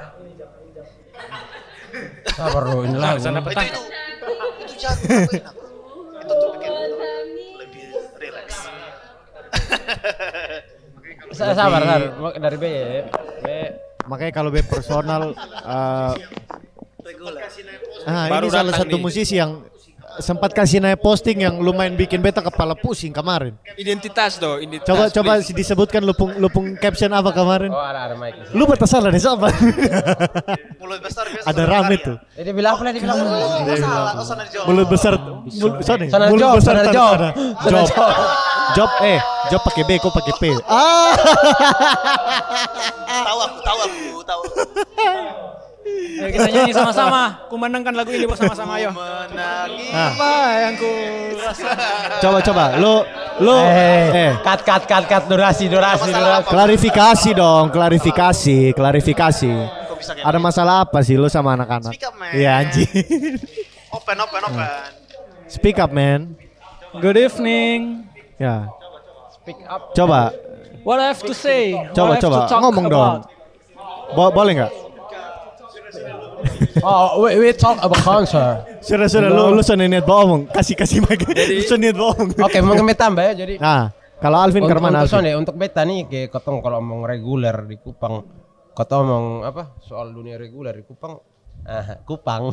Sabar loh, ini lagu. Itu jatuh enak. Itu tuh bikin lebih relax. Sabar dari B. Makanya kalau B personal reguler. ini salah satu musisi yang sempat kasih naik posting yang lumayan bikin beta kepala pusing kemarin. Identitas do, identitas. Coba disebutkan lupung caption apa kemarin? Oh ada mic. Lu bertasalah nih siapa? Mulut besar biasa. Ada rame tuh. Jadi bilang apa nih bilang? Mulut besar. Sana Mulut job, besar. sana job. Job. Job pakai B, kok pakai P. Tahu. Ayo kita nyanyi sama-sama. Kumandangkan lagu ini bersama-sama ayo. Menangis. Apa yang ku rasa? Coba. Lu Cut durasi. klarifikasi dong, klarifikasi. Kok bisa kayak Ada masalah apa sih lu sama anak-anak? Speak up, man. Iya anjing. Open. Speak up, man. Good evening. Ya. Speak up. Coba. What I have to say? Coba What I have to talk ngomong dong. about? Boleh nggak? Oh, we talk about concert. Sudah lu niat bohong. Kasih mic. Lu niat bohong. Oke, mau kami tambah ya jadi. Nah, kalau Alvin ke mana? Untuk beta nih kayak kotong kalau ngomong reguler di Kupang. Kotong ngomong apa? Soal dunia reguler di Kupang. Kupang.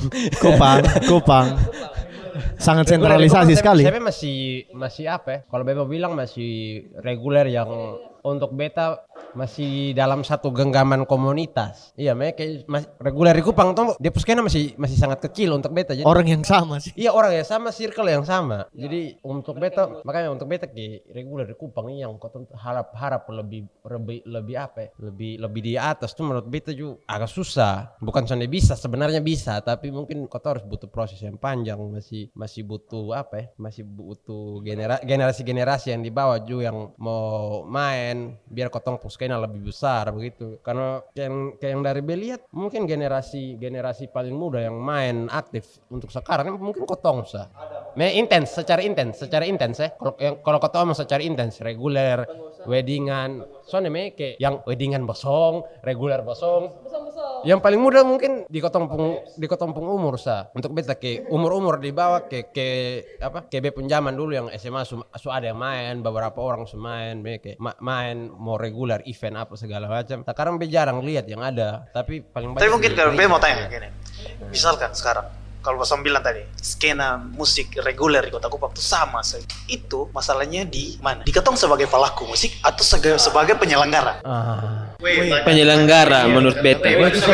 Sangat sentralisasi sekali. Saya masih apa ya? Kalau beta bilang masih reguler yang untuk beta masih dalam satu genggaman komunitas. Iya, kayak reguler di Kupang tuh dia puskena masih sangat kecil untuk beta. Jadi orang yang sama sih. Iya, orang yang sama, circle yang sama. Jadi untuk beta, makanya untuk beta kayak reguler di Kupang ini yang kau harap lebih apa ya? Lebih di atas tuh menurut beta juga agak susah. Bukan soalnya bisa, sebenarnya bisa, tapi mungkin kau harus butuh proses yang panjang, masih butuh apa ya? Masih butuh generasi yang di bawah juga yang mau main biar kotong puskena lebih besar begitu. Karena kayak yang dari lihat mungkin generasi paling muda yang main aktif untuk sekarang mungkin kotong sah. Secara intens ya. Kalau kotong secara intens reguler, weddingan, soalnya kayak yang weddingan bosong, reguler bosong. Yang paling muda mungkin di kotompung umur sah. Untuk beta ke umur di bawah ke bepun zaman dulu yang SMA ada yang main, beberapa orang main main mau regular event apa segala macam. Sekarang jarang lihat yang ada, tapi paling banyak. Tapi mungkin kalau mau tanya gini. Misalkan sekarang kalau Basam bilang tadi, skena musik reguler di Kota Kupang itu sama saja. Itu masalahnya di mana? Di ketong sebagai pelaku musik atau sebagai penyelenggara? Penyelenggara menurut beta.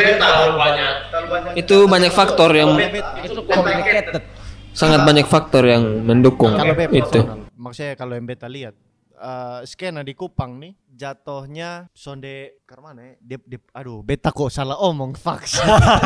Itu banyak faktor yang sangat banyak faktor yang mendukung itu. Maksudnya kalau yang beta lihat skena di Kupang nih jatuhnya sonde karmana ya? Beta kok salah omong fax.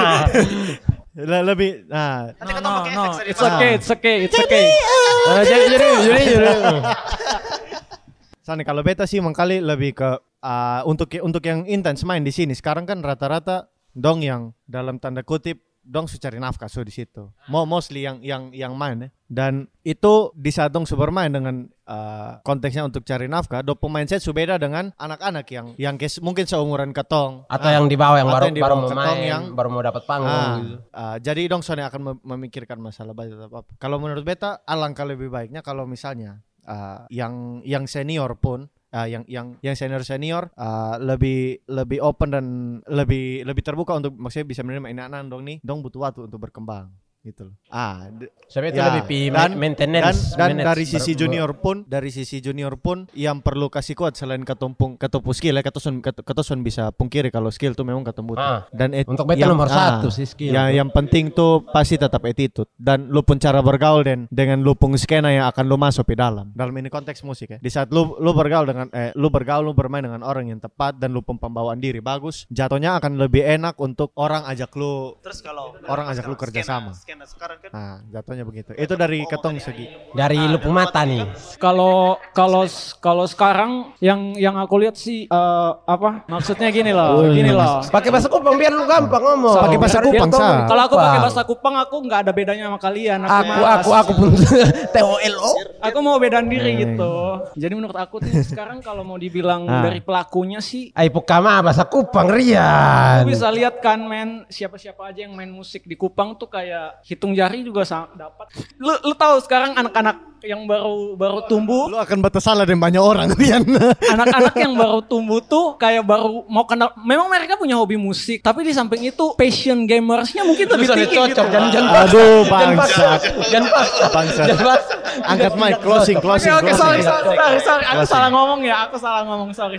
Lebih no, it's okay. Jadi. Soalnya kalau beta sih mengkali lebih ke untuk yang intens main di sini. Sekarang kan rata-rata dong yang dalam tanda kutip dong cari nafkah di situ. Mostly yang main ya. Dan itu di saat dong bermain dengan konteksnya untuk cari nafkah, do mindset beda dengan anak-anak yang mungkin seumuran ketong atau yang di bawah yang baru mau main, yang baru mau dapat panggung gitu. Jadi dong soalnya akan memikirkan masalah budget apa. Kalau menurut beta alangkah lebih baiknya kalau misalnya yang senior pun yang senior lebih open dan lebih terbuka untuk maksudnya bisa menerima ini anak dong nih dong butuh waktu untuk berkembang gitu loh. Sebenarnya lebih maintenance dan dari sisi junior pun yang perlu kasih kuat selain ketemu skill ya ketoson bisa pungkiri kalau skill tuh memang ketemu dan untuk beta nomor satu sih skill. Yang penting tuh pasti tetap attitude dan lu pun cara bergaul dengan lu pun skena yang akan lu masuk di dalam ini konteks musik ya. Di saat lu bergaul lu bermain dengan orang yang tepat dan lu pun pembawaan diri bagus, jatuhnya akan lebih enak untuk orang ajak lu. Terus kalau orang ajak lu kerja sama. Sekarang kan Jatuhnya begitu. Itu dari ketong segi. Dari lupu mata nih. Kalau sekarang yang aku lihat sih maksudnya gini loh. Pakai bahasa Kupang biar lu gampang ngomong. Pakai bahasa Kupang sah. Kalau aku pakai bahasa Kupang aku nggak ada bedanya sama kalian. Aku pun TOLO. Aku mau bedain diri gitu. Jadi menurut aku tuh sekarang kalau mau dibilang dari pelakunya sih. Pukama bahasa Kupang Rian. Aku bisa lihat kan siapa-siapa aja yang main musik di Kupang tuh kayak hitung jari juga dapat. Lu tahu sekarang anak-anak yang baru tumbuh. Lu akan batas salah dan banyak orang Pian. Anak-anak yang baru tumbuh tuh kayak baru mau kenal. Memang mereka punya hobi musik, tapi di samping itu passion gamersnya mungkin lebih tinggi gitu. Aduh, bangsat. Jangan paksa. Angkat mic, closing. Oke, sorry. Aku salah ngomong ya. Sorry.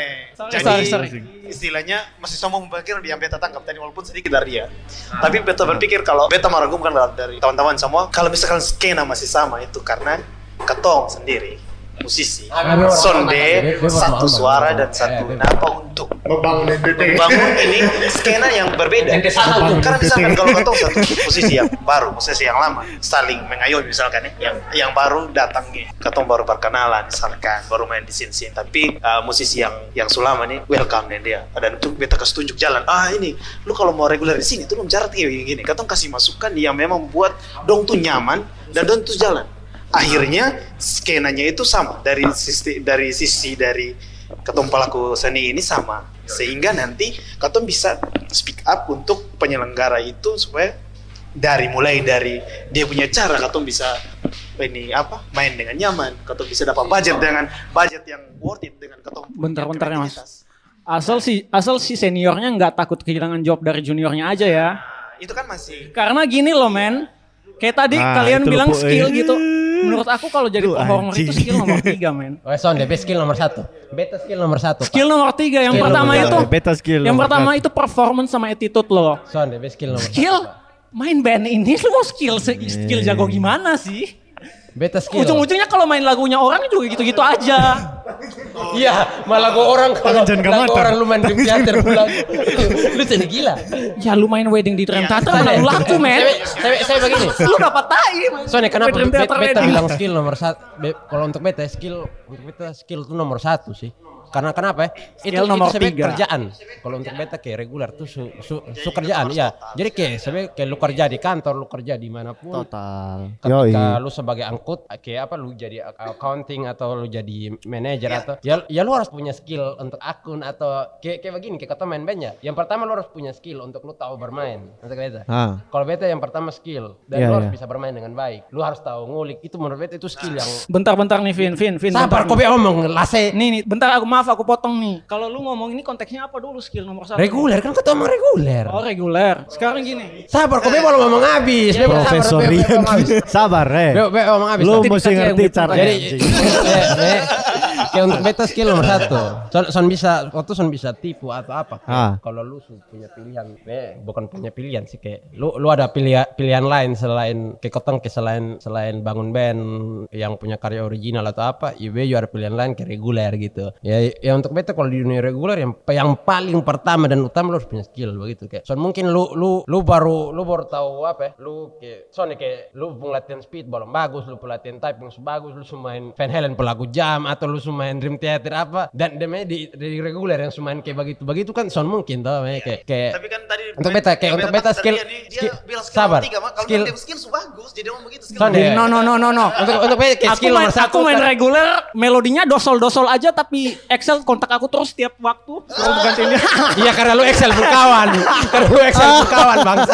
Istilahnya masih sombong berpikir dia beta tangkap tadi walaupun sedikit dari dia. Tapi beta berpikir kalau beta meragumkan dari teman-teman semua, kalau misalkan skena masih sama itu karena ketong sendiri musisi sonde satu suara dan satu napa untuk membangun ini skena yang berbeda. Karena misalkan kalau ketong satu musisi yang baru, musisi yang lama saling mengayomi misalkan yang baru datang nih, ketong baru perkenalan misalkan, baru main di scene tapi musisi yang sulama nih welcome nih dia, dan untuk beta kasih tunjuk jalan. Ini lu kalau mau reguler di sini tuh lu jarak kayak gini, ketong kasih masukan yang memang buat dong tuh nyaman dan dong tuh jalan. Akhirnya skenanya itu sama dari sisi ketong pelaku seni ini sama, sehingga nanti ketong bisa speak up untuk penyelenggara itu supaya mulai dari dia punya cara ketong bisa main dengan nyaman, ketong bisa dapat budget yang worth it dengan ketong. Bentar ya Mas. Asal si seniornya nggak takut kehilangan job dari juniornya aja ya. Itu kan masih. Karena gini loh men, kayak tadi kalian bilang skill gitu. Menurut aku kalau jadi performer itu skill nomor 3 men. Son, DB skill nomor 1. Beta skill nomor 1. Skill nomor 3 yang pertama itu. Beta skill. Yang pertama itu performance sama attitude loh. Son, DB skill nomor 1. Skill main band ini lu mau skill jago gimana sih? Beta skill. Ujung-ujungnya kalau main lagunya orang juga gitu-gitu aja. Iya, malah lagu orang kalau lagu orang lu main Dream Theater pulang. Lu jadi gila. Ya lu main wedding di Dream Theater malah laku men. Saya begini. Lu dapat tai. Soalnya kenapa beta bilang skill nomor 1? Kalau untuk beta skill itu nomor 1 sih. Karena kenapa ya? Skill nomor 3 kerjaan. Kalau untuk beta kayak reguler tuh su kerjaan ya. Jadi kayak lu kerja di kantor, lu kerja di manapun. Total. Ketika lu sebagai angkut kayak lu jadi accounting atau lu jadi manajer atau ya lu harus punya skill untuk akun atau kayak begini kayak kata main bandnya. Yang pertama lu harus punya skill untuk lu tahu bermain. Untuk beta. Kalau beta yang pertama skill dan lu harus bisa bermain dengan baik. Lu harus tahu ngulik. Itu menurut beta itu skill yang. Bentar nih Vin. Sabar kau ngomong lase. Nih bentar maaf aku potong nih. Kalau lu ngomong ini konteksnya apa dulu skill nomor 1? Reguler kan ketemu reguler. Oh reguler. Sekarang gini. Sabar kau belum ngomong habis. Profesor Rian. Sabar ngomong habis. Lu mesti ngerti cara. Jadi kayak untuk beta skill nomor 1. Son bisa tipu atau apa. Kalau lu punya pilihan, bukan punya pilihan sih kayak lu ada pilihan lain selain selain bangun band yang punya karya original atau apa, you ada pilihan lain kayak reguler gitu. Ya untuk beta kalau di dunia reguler yang paling pertama dan utama lu harus punya skill begitu kayak. Son mungkin lu baru tahu apa ya? Lu kayak lu latihan speed belum bagus, lu pelatihan typing bagus, lu main Van Halen pelaku jam atau lu main Dream Theater apa dan demnya di reguler yang main kayak begitu kan son mungkin tau kayak. Tapi kan tadi untuk beta skill sabar. Kalau dia skill bagus jadi ngomong begitu skill. No. Untuk beta kayak skill nomor 1. Aku main reguler melodinya dosol aja tapi Excel kontak aku terus tiap waktu. Suruh gantiin dia. Iya karena lu Excel bukawan. Bangsa.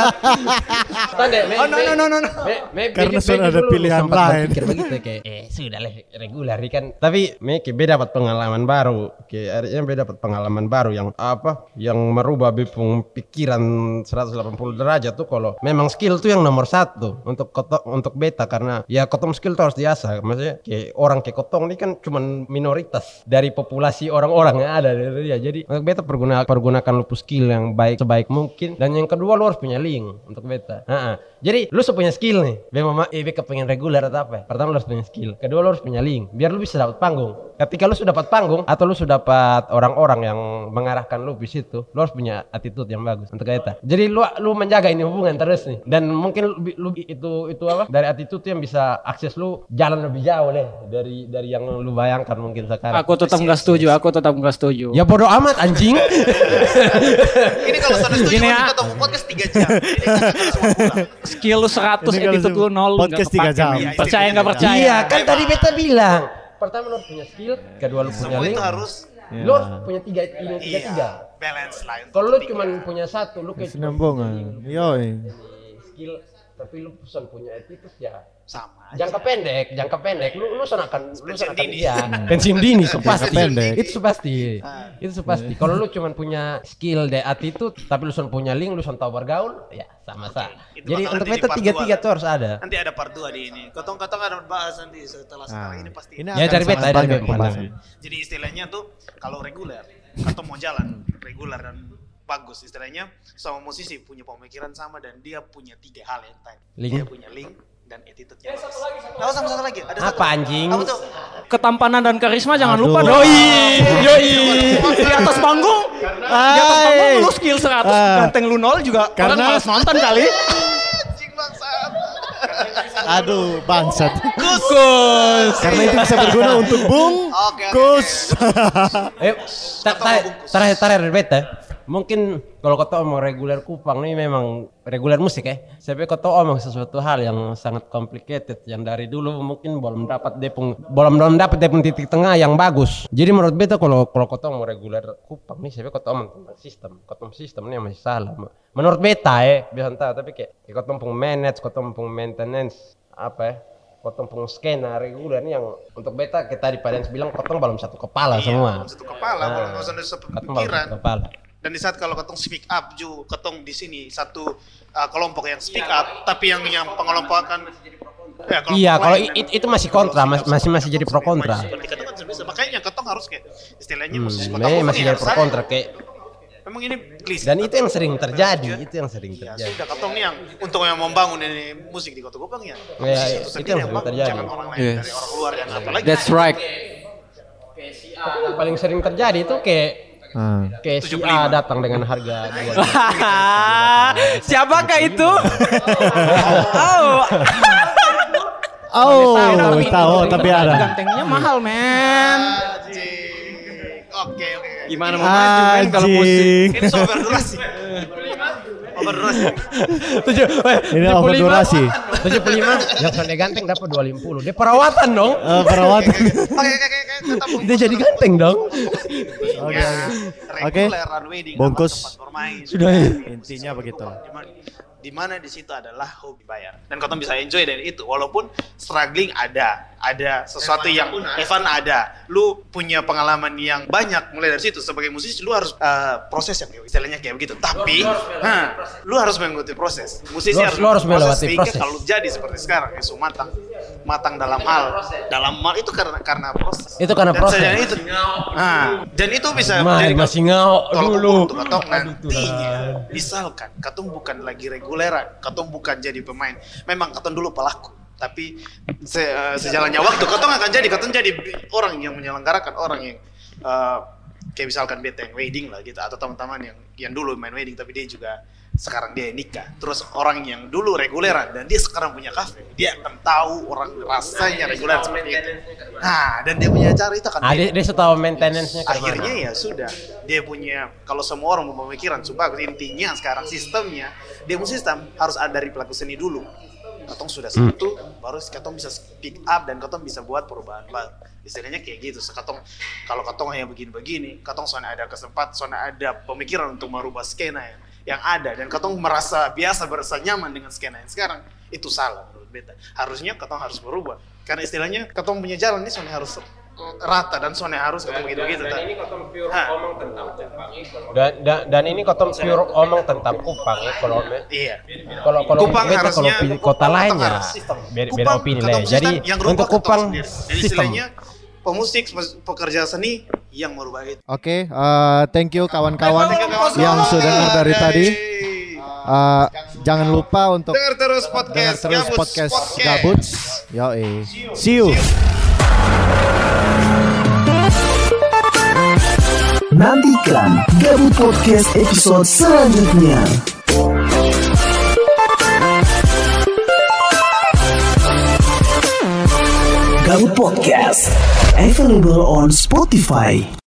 No. Karena sudah ada pilihan lain. Pikir begitu kayak sudah lah reguler kan. Tapi beda dapat pengalaman baru. Kayak artinya beda dapat pengalaman baru yang merubah pikiran 180 derajat tuh kalau memang skill tuh yang nomor 1 untuk beta karena ya kotong skill tuh harus diasah. Maksudnya kayak orang kayak kotong ini kan cuman minoritas dari populasi orang-orang yang ada ya. Jadi untuk beta pergunakan lu skill yang sebaik mungkin dan yang kedua lu harus punya link untuk beta. Jadi lu punya skill nih. Beta pengen reguler atau apa? Pertama lu harus punya skill. Kedua lu harus punya link biar lu bisa dapat panggung. Ketika lu sudah dapat panggung atau lu sudah dapat orang-orang yang mengarahkan lu di situ, lu harus punya attitude yang bagus untuk beta. Jadi lu menjaga ini hubungan terus nih. Dan mungkin lu itu apa? Dari attitude yang bisa akses lu jalan lebih jauh deh dari yang lu bayangkan mungkin sekarang. Aku tetap nggak setuju. Ya bodoh amat anjing. Ini kalau sudah setuju masih ketemu podcast 3 jam. Skill lu 100, attitude lu 0. Podcast 3 jam. Percaya nggak percaya? Iya kan tadi beta bilang. Pertama lu harus punya skill, kedua lu punya link. Lu harus punya tiga. Balance lah. Kalau lu cuma punya 1, lu kayak sinambungan. skill tapi lu pesan punya attitude ya sama jangka pendek lu akan dini. pensiun dini pasti pendek. itu pasti kalau lu cuman punya skill dan attitude tapi lu punya link lu tahu bergaul ya sama Itu jadi bakal untuk nanti beta di part 3 tuh harus ada Nanti ada part 2 di ini. Kotong-kotong ada bahas nanti setelah sekarang ini pasti. Ini ya akan dari beta sangat dari banyak beta pembahasan. Jadi istilahnya tuh kalau reguler atau mau jalan reguler dan bagus istilahnya sama musisi punya pemikiran sama dan dia punya 3 hal yang tadi. Link. Dia punya link dan attitude-nya. Satu lagi. Ada apa anjing Apa tuh? Ketampanan dan karisma jangan Aduh. lupa dong. Di atas panggung. Di atas panggung lu skill 100, ganteng lu 0 juga orang Karena- malas nonton kali. Anjing bangsat. Aduh, bangsat. Kus. Karena itu bisa berguna untuk Bung Oke. Kus. terakhir beta mungkin kalau kau mau reguler Kupang ini memang reguler musik ya. Tapi kau omong sesuatu hal yang sangat complicated yang dari dulu mungkin belum dapat dia pun titik tengah yang bagus. Jadi menurut beta kalau kau mau reguler Kupang nih, saya kau omong tentang sistem ini masih salah. Menurut beta biasa entah tapi kayak kau pun manage, kau pun maintenance apa ya. Kotong pun skena reguler ini yang untuk beta kita di Padans bilang kotong belum satu kepala semua. Belum satu kepala, belum satu pikiran. Dan di saat kalau ketong speak up juga ketong di sini satu kelompok yang speak up tapi yang pengelompokan iya kalau itu masih kontra masih jadi pro kontra. Makanya ketong harus kayak istilahnya musisi masih jadi pro kontra kayak memang ini klise. dan itu yang sering terjadi Ya sudah ketong nih yang untuk yang membangun ini musik di Kota Kupang ya. itu yang sering terjadi. Jangan orang lain dari orang luar yang apalagi. That's right. Paling sering terjadi itu kayak si A datang dengan harga 2. Siapakah itu? Tahu tapi ada. Gantengnya mahal, men. Oke. Gimana mau maju men kalau musik? Ini software durasi. Ini overdurasi. 75 yang sonde ganteng dapat 250. Dia perawatan dong. Perawatan. Dia jadi ganteng dong. Oke. Bungkus. Sudah Intinya begitu. Di mana di situ adalah hobi bayar dan kau bisa enjoy dari itu walaupun struggling ada sesuatu yang Evan ada lu punya pengalaman yang banyak mulai dari situ sebagai musisi lu harus proses yang istilahnya kayak begitu tapi lu harus mengikuti proses musisi lu harus melewati proses kalau jadi seperti sekarang itu matang dalam hal itu karena proses dan itu bisa jadi masih ngau dulu untuk katong nantinya misalkan katong bukan lagi reguleran katong bukan jadi pemain memang katong dulu pelaku tapi sejalannya waktu katong jadi orang yang menyelenggarakan orang yang kayak misalkan beta yang wedding lah gitu atau teman-teman yang dulu main wedding tapi dia juga sekarang dia nikah terus orang yang dulu reguleran dan dia sekarang punya kafe dia akan tahu orang rasanya reguler seperti itu dan dia punya cara itu akan dia setahu maintenance-nya akhirnya ya sudah dia punya kalau semua orang berpemikiran bagus intinya sekarang sistemnya demo sistem harus ada dari pelaku seni dulu katong sudah satu baru katong bisa speak up dan katong bisa buat perubahan istilahnya kayak gitu kalau katong hanya begini katong soalnya ada kesempatan soalnya ada pemikiran untuk merubah skena yang ada dan katong merasa biasa nyaman dengan skena yang sekarang itu salah menurut beta harusnya katong harus berubah karena istilahnya katong punya jalan ini soalnya harus rata dan soalnya harus katong begitu dan ini katong pure omong tentang Kupang dan ini katong pure omong tentang Kupang ya kalau Kupang beta kalau kota lainnya beda opini lah jadi untuk Kupang sistem pemusik, pekerja seni yang merubah itu. Oke, thank you kawan-kawan yang sudah dengar dari tadi. Jangan lupa untuk dengar terus podcast Gabuts. See you. Nantikan Gabut Podcast episode selanjutnya. Gabut Podcast available on Spotify.